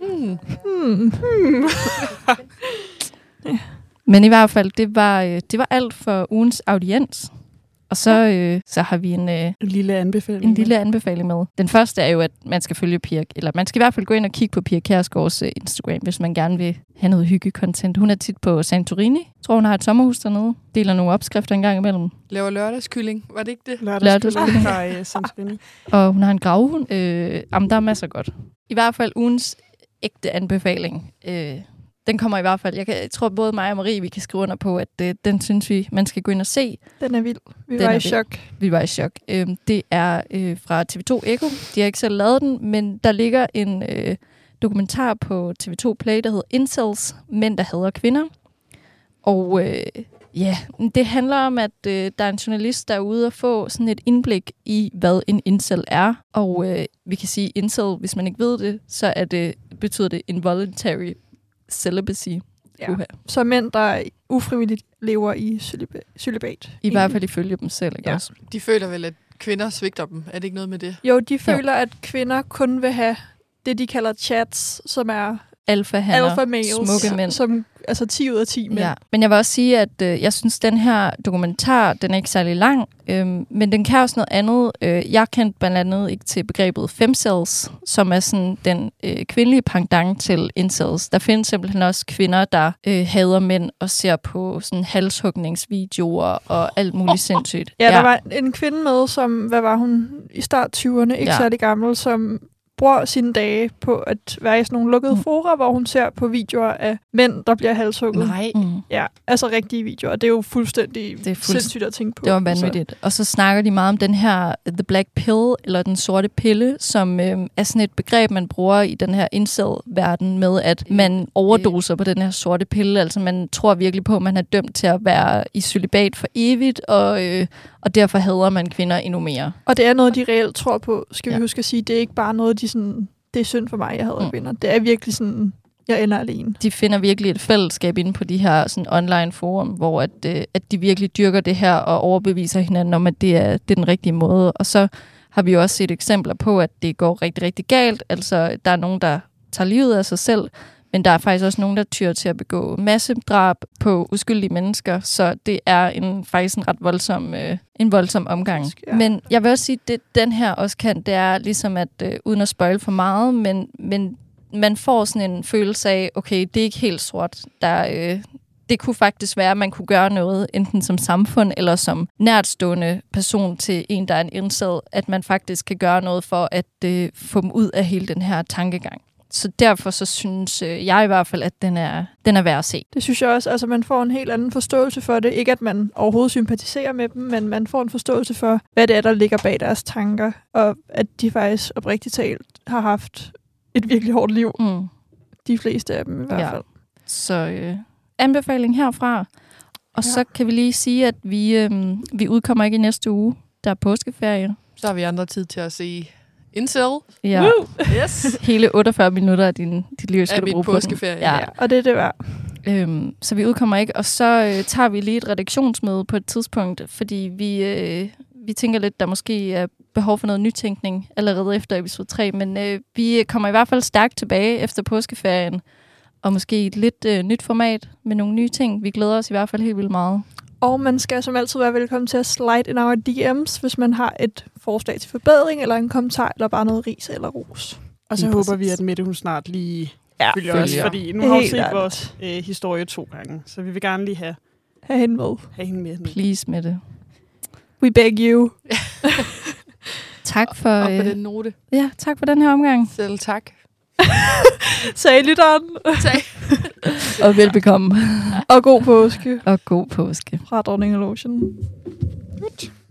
Men i hvert fald, det var alt for ugens audiens. Og så har vi en lille anbefaling med. Den første er jo, at man skal følge eller man skal i hvert fald gå ind og kigge på Pia Kjærsgaards Instagram, hvis man gerne vil have noget hygge-content. Hun er tit på Santorini. Jeg tror, hun har et sommerhus dernede. Deler nogle opskrifter en gang imellem. Laver lørdagskylling. Var det ikke det? Lørdagskylling fra Santorini. Og hun har en gravhund. Der er masser godt. I hvert fald ugens ægte anbefaling. Den kommer i hvert fald. Jeg tror, både mig og Marie, vi kan skrive under på, at den synes vi, man skal gå ind og se. Den er vild. Vi var i chok. Det er fra TV2 Echo. De har ikke selv lavet den, men der ligger en dokumentar på TV2 Play, der hedder Incels, mænd, der hader kvinder. Og det handler om, at der er en journalist, der er ude og få sådan et indblik i, hvad en incel er. Og vi kan sige incel, hvis man ikke ved det, så betyder det involuntary celibacy. Ja. Så mænd, der ufrivilligt lever i celibat. I hvert fald ifølge dem selv, ikke også? De føler vel, at kvinder svigter dem. Er det ikke noget med det? Jo, de føler, at kvinder kun vil have det, de kalder chats, som er alfa males, smukke mænd. Som, altså 10 ud af 10 mænd. Ja. Men jeg vil også sige, at jeg synes, den her dokumentar, den er ikke særlig lang, men den kan også noget andet. Jeg kendte blandt andet ikke til begrebet femcels, som er sådan den kvindelige pendant til incels. Der findes simpelthen også kvinder, der hader mænd og ser på sådan halshugningsvideoer og alt muligt sindssygt. Ja, der var en kvinde med, som, hvad var hun, i start 20'erne, ikke særlig gammel, som bruger sine dage på at være i sådan nogle lukkede fora, hvor hun ser på videoer af mænd, der bliver halshugget. Nej. Ja, altså rigtige videoer. Det er jo fuldstændig sindssygt at tænke på. Det var vanvittigt. Og så snakker de meget om den her the black pill, eller den sorte pille, som er sådan et begreb, man bruger i den her incel-verden med, at man overdoser på den her sorte pille. Altså man tror virkelig på, at man er dømt til at være i celibat for evigt, og derfor hader man kvinder endnu mere. Og det er noget, de reelt tror på, skal vi huske at sige. Det er ikke bare noget, de sådan, det er synd for mig, jeg hader kvinder. Det er virkelig sådan, jeg ender alene. De finder virkelig et fællesskab inde på de her sådan online forum, hvor at de virkelig dyrker det her og overbeviser hinanden om, at det er den rigtige måde. Og så har vi jo også set eksempler på, at det går rigtig, rigtig galt. Altså, der er nogen, der tager livet af sig selv, men der er faktisk også nogen, der tyr til at begå massedrab på uskyldige mennesker, så det er faktisk en ret voldsom omgang. Ja. Men jeg vil også sige, at den her også kan, det er ligesom at, uden at spoil for meget, men man får sådan en følelse af, okay, det er ikke helt sort. Det kunne faktisk være, at man kunne gøre noget, enten som samfund eller som nærtstående person til en, der er en incel, at man faktisk kan gøre noget for at få dem ud af hele den her tankegang. Så derfor så synes jeg i hvert fald, at den er værd at se. Det synes jeg også. Altså man får en helt anden forståelse for det. Ikke at man overhovedet sympatiserer med dem, men man får en forståelse for, hvad det er, der ligger bag deres tanker. Og at de faktisk oprigtigt talt har haft et virkelig hårdt liv. De fleste af dem i hvert fald. Så anbefaling herfra. Og så kan vi lige sige, at vi udkommer ikke i næste uge. Der er påskeferie. Så har vi andre tid til at se Incel. Ja. Yes. Hele 48 minutter af dit liv skal du bruge på påskeferie. Ja. Og det er det værd. Så vi udkommer ikke. Og så tager vi lige et redaktionsmøde på et tidspunkt, fordi vi tænker lidt, der måske er behov for noget nytænkning allerede efter episode 3. Men vi kommer i hvert fald stærkt tilbage efter påskeferien. Og måske et lidt nyt format med nogle nye ting. Vi glæder os i hvert fald helt vildt meget. Og man skal som altid være velkommen til at slide in our DM's, hvis man har et forslag til forbedring, eller en kommentar, eller bare noget ris eller ros. Og så håber vi, at Mette hun snart lige følger os, fordi nu har vi set vores historie 2 gange, så vi vil gerne lige have hende med. Have hende med. Please, Mette. We beg you. Tak for... Og på den note. Ja, tak for den her omgang. Selv tak. Sagde lytteren. Og velbekomme. Og god påske. Og god påske. Fra Dronningelogen. Godt.